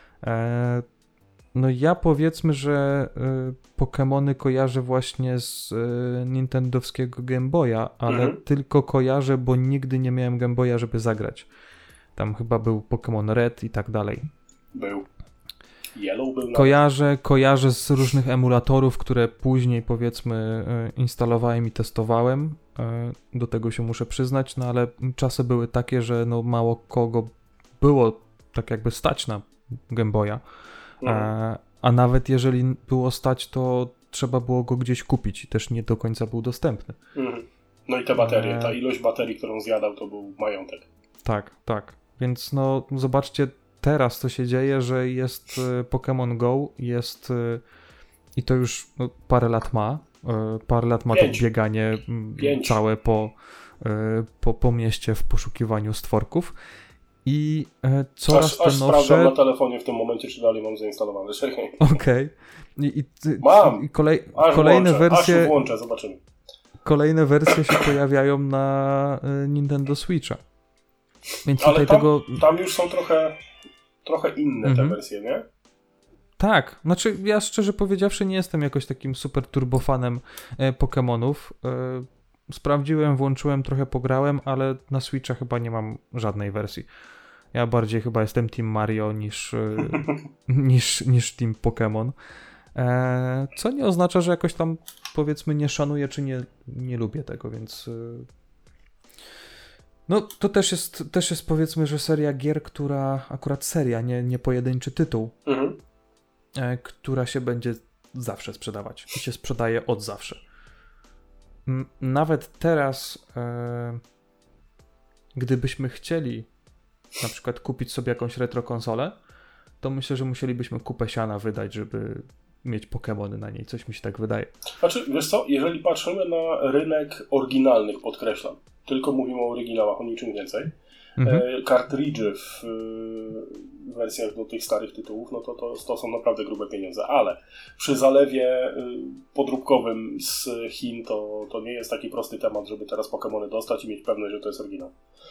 E, no ja powiedzmy, że y, Pokemony kojarzę właśnie z y, nintendowskiego Game Boya, ale mm. tylko kojarzę, bo nigdy nie miałem Game Boya, żeby zagrać. Tam chyba był Pokémon Red i tak dalej. Był. Yellow był kojarzę, kojarzę z różnych emulatorów, które później powiedzmy instalowałem i testowałem. Do tego się muszę przyznać, no ale czasy były takie, że no mało kogo było tak jakby stać na Game Boya. Mhm. A, a nawet jeżeli było stać, to trzeba było go gdzieś kupić i też nie do końca był dostępny. Mhm. No i te baterie, ta ilość baterii, którą zjadał, to był majątek. Tak, tak. Więc no zobaczcie, teraz co się dzieje, że jest y, Pokémon Go, jest y, i to już no, parę lat ma. Y, parę lat ma Pięć. to bieganie Pięć. całe po, y, po, po mieście w poszukiwaniu stworków. I y, coraz aż, te aż nowsze... sprawdzam na telefonie w tym momencie, czy dalej mam zainstalowane. Czekaj. Okej. Okay. I, i, mam! I kolej, aż kolejne włączę, wersje... Aż włączę, zobaczymy. Kolejne wersje się pojawiają na y, Nintendo Switcha. Więc ale tutaj tam, tego... tam już są trochę... Trochę inne mhm. te wersje, nie? Tak, znaczy ja szczerze powiedziawszy nie jestem jakoś takim super turbofanem e, Pokemonów. E, sprawdziłem, włączyłem, trochę pograłem, ale na Switcha chyba nie mam żadnej wersji. Ja bardziej chyba jestem Team Mario niż, e, niż, niż Team Pokemon. E, co nie oznacza, że jakoś tam powiedzmy nie szanuję, czy nie, nie lubię tego, więc... E, No, to też jest, też jest powiedzmy, że seria gier, która, akurat seria, nie, nie pojedynczy tytuł, mhm. e, która się będzie zawsze sprzedawać i się sprzedaje od zawsze. M- nawet teraz, e, gdybyśmy chcieli na przykład kupić sobie jakąś retro konsolę, to myślę, że musielibyśmy kupę siana wydać, żeby mieć Pokemony na niej, coś mi się tak wydaje. Znaczy, wiesz co, jeżeli patrzymy na rynek oryginalnych, podkreślam, tylko mówimy o oryginałach, o niczym więcej, Mhm. E, kartridże w e, wersjach do tych starych tytułów, no to, to, to są naprawdę grube pieniądze, ale przy zalewie e, podróbkowym z Chin to, to nie jest taki prosty temat, żeby teraz Pokemony dostać i mieć pewność, że to jest oryginał.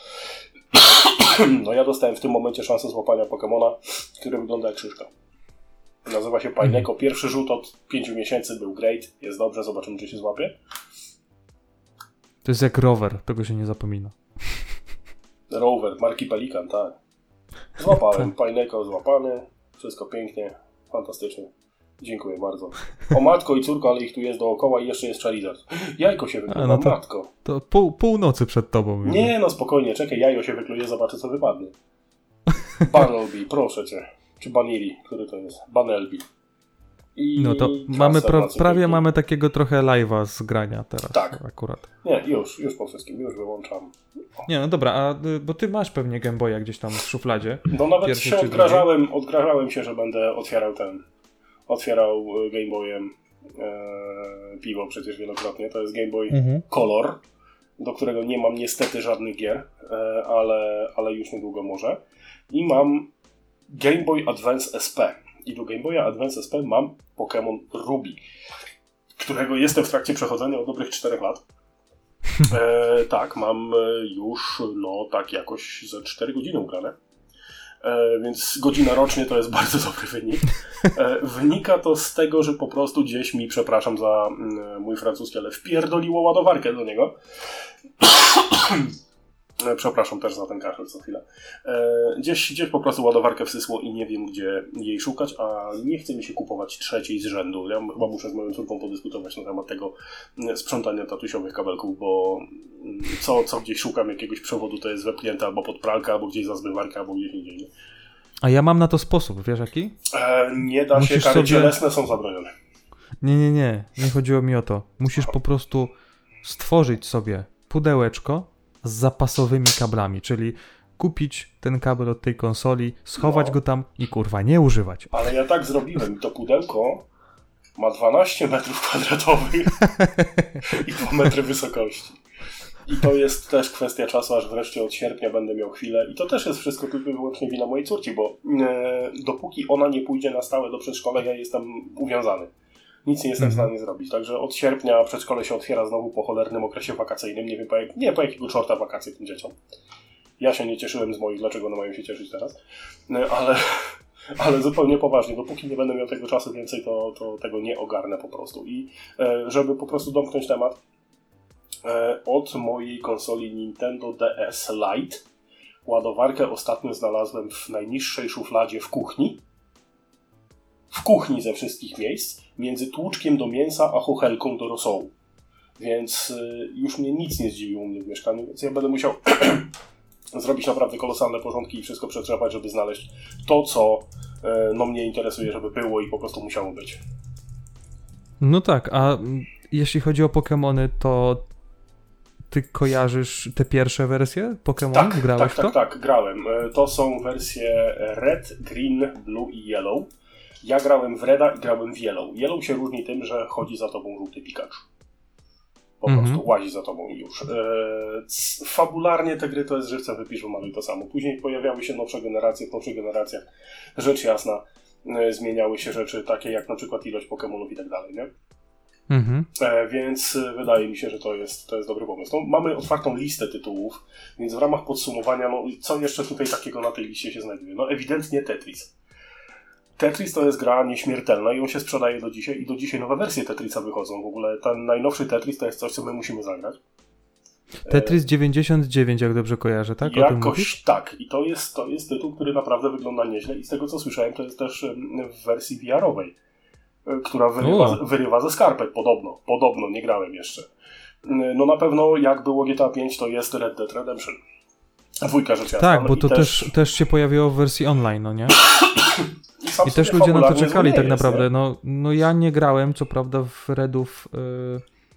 No ja dostałem w tym momencie szansę złapania Pokemona, który wygląda jak szyszka. Nazywa się Pineco. Pierwszy rzut od pięciu miesięcy był great. Jest dobrze, zobaczymy, czy się złapie. To jest jak rower, tego się nie zapomina. Rover, marki Pelikan, tak. Złapałem. Pineco złapany. Wszystko pięknie. Fantastycznie. Dziękuję bardzo. O matko i córko, ale ich tu jest dookoła i jeszcze jest Charizard. Jajko się wykluwa, no to, matko. To pół, północy przed tobą. Już. Nie, no spokojnie, czekaj, jajo się wykluje, zobaczę co wypadnie. Banelby, proszę cię. Czy Banili, który to jest? Banelby. I no to mamy pra, prawie mamy takiego trochę live'a z grania teraz. Tak. Akurat. Nie, już, już po wszystkim, już wyłączam. Nie, no dobra, a bo ty masz pewnie Game Boya gdzieś tam w szufladzie. No nawet Pierwszy się czy odgrażałem, odgrażałem się, że będę otwierał ten, otwierał Game Boyem e, piwo przecież wielokrotnie. To jest Game Boy mhm. Color, do którego nie mam niestety żadnych gier, e, ale, ale już niedługo może. I mam Game Boy Advance S P. I do Game Boya Advance S P mam Pokémon Ruby, którego jestem w trakcie przechodzenia od dobrych czterech lat. E, tak, mam już no tak jakoś ze cztery godziny ugrane. E, więc godzina rocznie to jest bardzo dobry wynik. E, wynika to z tego, że po prostu gdzieś mi, przepraszam za mm, mój francuski, ale wpierdoliło ładowarkę do niego. Przepraszam też za ten kaszel co chwilę. E, gdzieś, gdzieś po prostu ładowarkę wsysło i nie wiem, gdzie jej szukać, a nie chce mi się kupować trzeciej z rzędu. Ja chyba muszę z moją córką podyskutować na temat tego sprzątania tatusiowych kabelków, bo co, co gdzieś szukam jakiegoś przewodu, to jest wepchnięte albo pod pralkę, albo gdzieś za zmywarkę, albo gdzieś indziej. Nie? A ja mam na to sposób, wiesz jaki? E, nie da Musisz się, kary sobie... cielesne są zabronione. Nie, nie, nie. Nie chodziło mi o to. Musisz po prostu stworzyć sobie pudełeczko z zapasowymi kablami, czyli kupić ten kabel od tej konsoli, schować no. go tam i kurwa nie używać. Ale ja tak zrobiłem. To pudełko ma dwanaście metrów kwadratowych i dwa metry wysokości. I to jest też kwestia czasu, aż wreszcie od sierpnia będę miał chwilę. I to też jest wszystko tylko i wyłącznie wina mojej córki, bo e, dopóki ona nie pójdzie na stałe do przedszkola, ja jestem uwiązany. Nic nie jestem w stanie zrobić. Także od sierpnia przedszkole się otwiera znowu po cholernym okresie wakacyjnym. Nie wiem po, jak, nie, po jakiego czorta wakacje tym dzieciom. Ja się nie cieszyłem z moich, dlaczego one mają się cieszyć teraz. Ale, ale zupełnie poważnie, dopóki nie będę miał tego czasu więcej, to, to tego nie ogarnę po prostu. I e, żeby po prostu domknąć temat, e, od mojej konsoli Nintendo D S Lite ładowarkę ostatnio znalazłem w najniższej szufladzie w kuchni. W kuchni ze wszystkich miejsc, między tłuczkiem do mięsa a chochelką do rosołu. Więc y, już mnie nic nie zdziwiło u mnie w mieszkaniu, więc ja będę musiał zrobić naprawdę kolosalne porządki i wszystko przetrzepać, żeby znaleźć to, co y, no, mnie interesuje, żeby było i po prostu musiało być. No tak, a jeśli chodzi o Pokemony, to ty kojarzysz te pierwsze wersje Pokemonów? Tak, Grałeś tak, w to? tak, tak, grałem. To są wersje Red, Green, Blue i Yellow. Ja grałem w Reda i grałem w Yellow. Yellow się różni tym, że chodzi za tobą żółty Pikachu. Po Mhm. prostu łazi za tobą i już. Eee, c- fabularnie te gry to jest żywcem wypisz, mamy to samo. Później pojawiały się nowsze generacje, w nowszych generacjach rzecz jasna e, zmieniały się rzeczy takie jak na przykład ilość Pokemonów i tak dalej, nie? Mhm. E, więc e, wydaje mi się, że to jest, to jest dobry pomysł. No, mamy otwartą listę tytułów, więc w ramach podsumowania, no co jeszcze tutaj takiego na tej liście się znajduje? No ewidentnie Tetris. Tetris to jest gra nieśmiertelna i on się sprzedaje do dzisiaj i do dzisiaj nowe wersje Tetrisa wychodzą. W ogóle ten najnowszy Tetris to jest coś, co my musimy zagrać. Tetris dziewięćdziesiąt dziewięć, jak dobrze kojarzę, tak? O tym mówisz? Jakoś tak. I to jest, to jest tytuł, który naprawdę wygląda nieźle i z tego co słyszałem, to jest też w wersji V R-owej, która wyrywa, wyrywa ze skarpet, podobno. Podobno, nie grałem jeszcze. No na pewno jak było G T A pięć, to jest Red Dead Redemption. Dwójka rzecz jasna. Tak, bo I to też... też, też się pojawiło w wersji online, no nie? I, I też ludzie na to czekali tak jest, naprawdę. Nie? No, no ja nie grałem, co prawda, w Redów yy,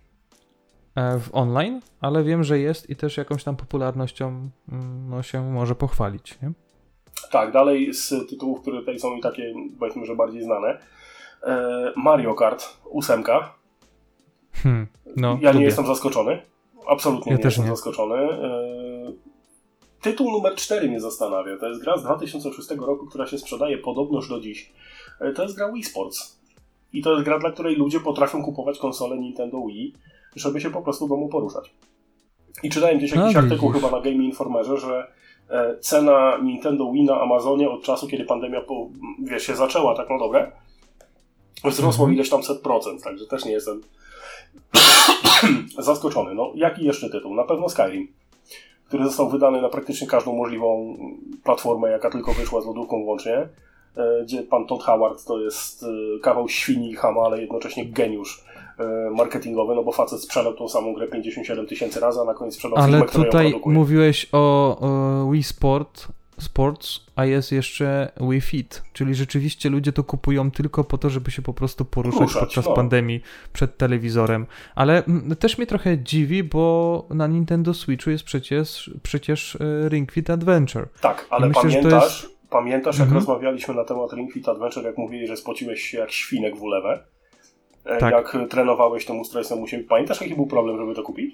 e, w online, ale wiem, że jest i też jakąś tam popularnością yy, no, się może pochwalić, nie? Tak, dalej z tytułów, które tutaj są i takie, powiedzmy, że bardziej znane. E, Mario Kart ósemka. Hmm, no, ja lubię. nie jestem zaskoczony. Absolutnie ja nie też jestem nie. zaskoczony. E, tytuł numer cztery mnie zastanawia. To jest gra z dwa tysiące szóstego roku, która się sprzedaje podobnoż do dziś. To jest gra Wii Sports. I to jest gra, dla której ludzie potrafią kupować konsolę Nintendo Wii, żeby się po prostu domu poruszać. I czytałem gdzieś jakiś no, artykuł chyba na Game Informerze, że e, cena Nintendo Wii na Amazonie od czasu, kiedy pandemia po, wiesz, się zaczęła tak na dobre, wzrosło mm-hmm. ileś tam set procent, także też nie jestem zaskoczony. No, jaki jeszcze tytuł? Na pewno Skyrim, który został wydany na praktycznie każdą możliwą platformę, jaka tylko wyszła z lodówką włącznie, gdzie pan Todd Howard to jest kawał świni i chama, ale jednocześnie geniusz marketingowy, no bo facet sprzedał tą samą grę pięćdziesiąt siedem tysięcy razy, a na koniec sprzedał ale firmę, która ją tutaj produkuje. mówiłeś o, o Wii Sport, Sports, a jest jeszcze Wii Fit, czyli rzeczywiście ludzie to kupują tylko po to, żeby się po prostu poruszać Ruszać, podczas no. pandemii przed telewizorem. Ale m, też mnie trochę dziwi, bo na Nintendo Switchu jest przecież, przecież y, Ring Fit Adventure. Tak, ale myślę, pamiętasz, jest... pamiętasz jak mhm. rozmawialiśmy na temat Ring Fit Adventure, jak mówili, że spociłeś się jak świnek w ulewę? Tak. Jak trenowałeś tym ustrojstwem u siebie. Pamiętasz, jaki był problem, żeby to kupić?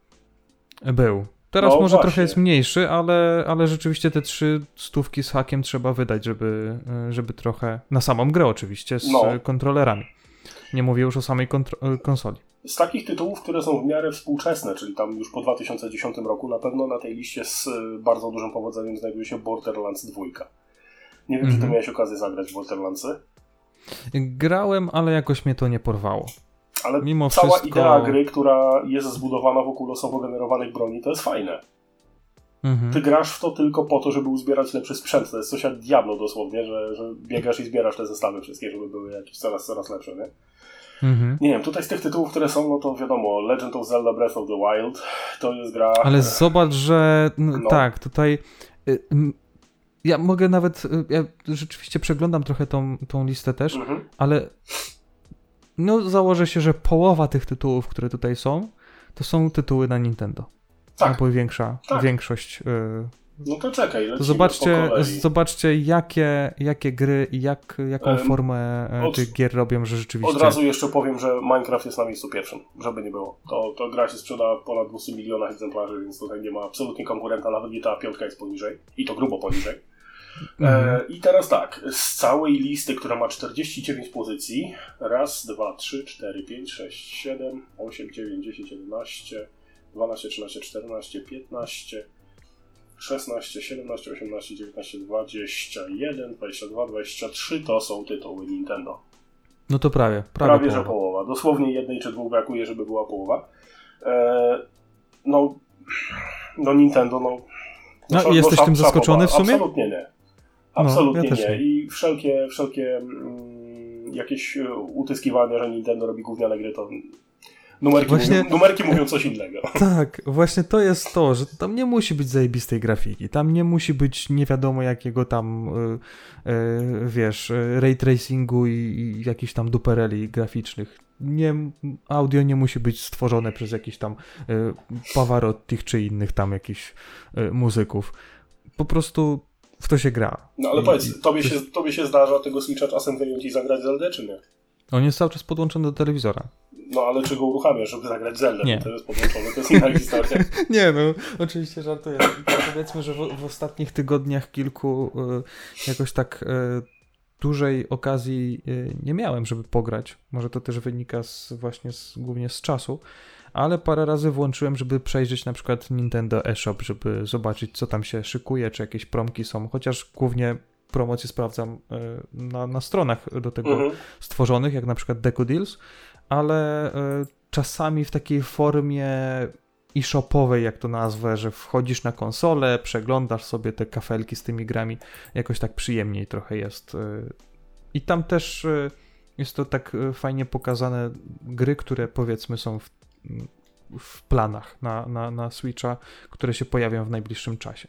Był. Teraz No może właśnie. trochę jest mniejszy, ale, ale rzeczywiście te trzy stówki z hakiem trzeba wydać, żeby, żeby trochę, na samą grę oczywiście, z No. kontrolerami. Nie mówię już o samej kontro- konsoli. Z takich tytułów, które są w miarę współczesne, czyli tam już po dwa tysiące dziesiątym roku, na pewno na tej liście z bardzo dużym powodzeniem znajduje się Borderlands dwa. Nie wiem, Mhm. czy ty miałeś okazję zagrać w Borderlandsy, Grałem, ale jakoś mnie to nie porwało. ale Mimo cała wszystko... idea gry, która jest zbudowana wokół losowo generowanych broni, to jest fajne. Mhm. Ty grasz w to tylko po to, żeby uzbierać lepszy sprzęt. To jest coś jak Diablo dosłownie, że, że biegasz i zbierasz te zestawy wszystkie, żeby były jakieś coraz, coraz lepsze, nie? Mhm. Nie wiem, tutaj z tych tytułów, które są, no to wiadomo, Legend of Zelda Breath of the Wild to jest gra... Ale zobacz, że n- No. tak, tutaj y, m, ja mogę nawet, y, ja rzeczywiście przeglądam trochę tą, tą listę też, Mhm. ale no założę się, że połowa tych tytułów, które tutaj są, to są tytuły na Nintendo. Tak. Albo większa, Tak. większość. Y, No to czekaj, lecimy to zobaczcie, po kolei. zobaczcie jakie, jakie gry i jak, jaką Em, formę e, od- tych gier robią, że rzeczywiście... Od razu jeszcze powiem, że Minecraft jest na miejscu pierwszym, żeby nie było. To, to gra się sprzeda w ponad dwieście milionach egzemplarzy, więc tutaj nie ma absolutnie konkurenta, nawet G T A pięć jest poniżej. I to grubo poniżej. Mhm. E, I teraz tak, z całej listy, która ma czterdzieści dziewięć pozycji, raz, dwa, trzy, cztery, pięć, sześć, siedem, osiem, dziewięć, dziesięć, jedenaście, dwanaście, trzynaście, czternaście, piętnaście, szesnaście, siedemnaście, osiemnaście, dziewiętnaście, dwadzieścia jeden, dwadzieścia dwa, dwadzieścia trzy to są tytuły Nintendo. No to prawie, prawie, Prawie, połowa. że połowa. Dosłownie jednej czy dwóch brakuje, żeby była połowa. E, no, no Nintendo, no... No, szap- jesteś szap- tym zaskoczony w sumie? Absolutnie nie. Absolutnie ja też nie. nie. I wszelkie, wszelkie mm, jakieś e, utyskiwania, że Nintendo robi gówniane gry, to numerki, Właśnie- mówią, numerki mówią coś innego. Tak, właśnie to jest to, że tam nie musi być zajebistej grafiki, tam nie musi być nie wiadomo jakiego tam, y, y, wiesz, y, ray tracingu i, i jakichś tam dupereli graficznych. Nie, audio nie musi być stworzone przez jakichś tam y, Pavarottich czy innych tam jakichś y, muzyków. Po prostu w to się gra. No ale I- powiedz, i tobie to się, jest- tobie się zdarza tego Switcha czasem wyjąć i zagrać Zeldę, czy nie? On jest cały czas podłączony do telewizora. No ale czy go uruchamiasz, żeby zagrać Zeldę? Nie. Bo to jest podłączone, to jest inna historia. Nie, no, oczywiście żartuję. Powiedzmy, że w, w ostatnich tygodniach kilku y, jakoś tak y, dużej okazji y, nie miałem, żeby pograć. Może to też wynika z, właśnie z, głównie z czasu, ale parę razy włączyłem, żeby przejrzeć na przykład Nintendo eShop, żeby zobaczyć, co tam się szykuje, czy jakieś promki są, chociaż głównie promocje sprawdzam y, na, na stronach do tego Mhm. stworzonych, jak na przykład Deku Deals, ale y, czasami w takiej formie e-shopowej, jak to nazwę, że wchodzisz na konsolę, przeglądasz sobie te kafelki z tymi grami, jakoś tak przyjemniej trochę jest. y. I tam też y, jest to tak y, fajnie pokazane gry, które powiedzmy są w, w planach na, na, na Switcha, które się pojawią w najbliższym czasie.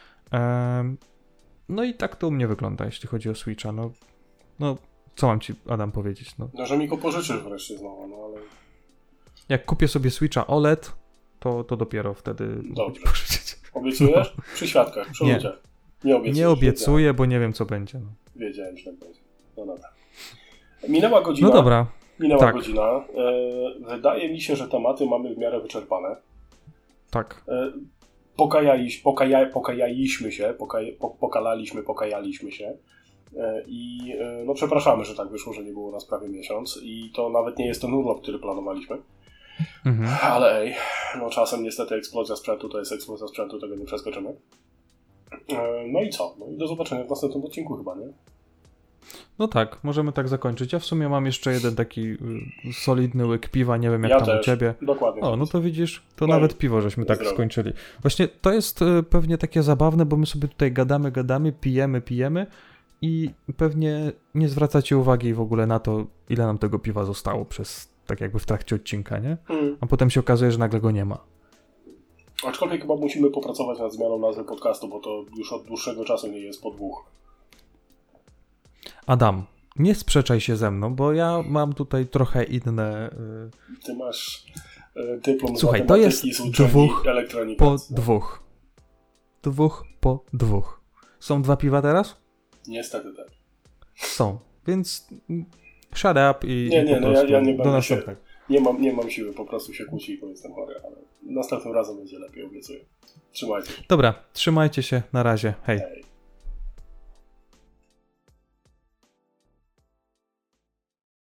Em, No i tak to u mnie wygląda, jeśli chodzi o Switcha. No, no co mam ci, Adam, powiedzieć? No, No, że mi go pożyczysz wreszcie znowu, no ale... jak kupię sobie Switcha O L E D, to, to dopiero wtedy mogę Dobrze. ci pożyczyć. Obiecujesz? Przy świadkach, przy Nie. ludziach. Nie obiecujesz. Nie obiecuję, bo nie wiem, co będzie. No, Wiedziałem, że tak będzie. No dobra. Minęła godzina. no dobra, Minęła tak. godzina. E, wydaje mi się, że tematy mamy w miarę wyczerpane. tak. E, pokajaliś, pokaja, pokajaliśmy się, pokaj, po, pokalaliśmy, pokajaliśmy się i no przepraszamy, że tak wyszło, że nie było nas prawie miesiąc i to nawet nie jest ten urlop, który planowaliśmy. Mhm. Ale ej, no czasem niestety eksplozja sprzętu to jest eksplozja sprzętu, tego nie przeskoczymy. No i co? No i do zobaczenia w następnym odcinku chyba, nie? No tak, możemy tak zakończyć. Ja w sumie mam jeszcze jeden taki y, solidny łyk piwa, nie wiem jak ja tam też. u ciebie. Dokładnie. O, no to widzisz, to no nawet piwo żeśmy tak zdrowie. skończyli. Właśnie to jest y, pewnie takie zabawne, bo my sobie tutaj gadamy, gadamy, pijemy, pijemy i pewnie nie zwracacie uwagi w ogóle na to, ile nam tego piwa zostało przez, tak jakby w trakcie odcinka, nie? Hmm. A potem się okazuje, że nagle go nie ma. Aczkolwiek chyba musimy popracować nad zmianą nazwy podcastu, bo to już od dłuższego czasu nie jest po dwóch. Adam, nie sprzeczaj się ze mną, bo ja mam tutaj trochę inne... Yy... Ty masz yy, dyplom Słuchaj, z matematyki, to jest z uczelni dwóch elektroniki. po dwóch. Dwóch po dwóch. Są dwa piwa teraz? Niestety tak. Są, więc shut up i, nie, i nie, po no prostu ja, ja nie do będę następnego. się, nie mam, nie mam siły, po prostu się kłócić, bo jestem chory, ale następnym razem będzie lepiej, obiecuję. Trzymajcie się. Dobra, trzymajcie się, na razie, hej. Hej.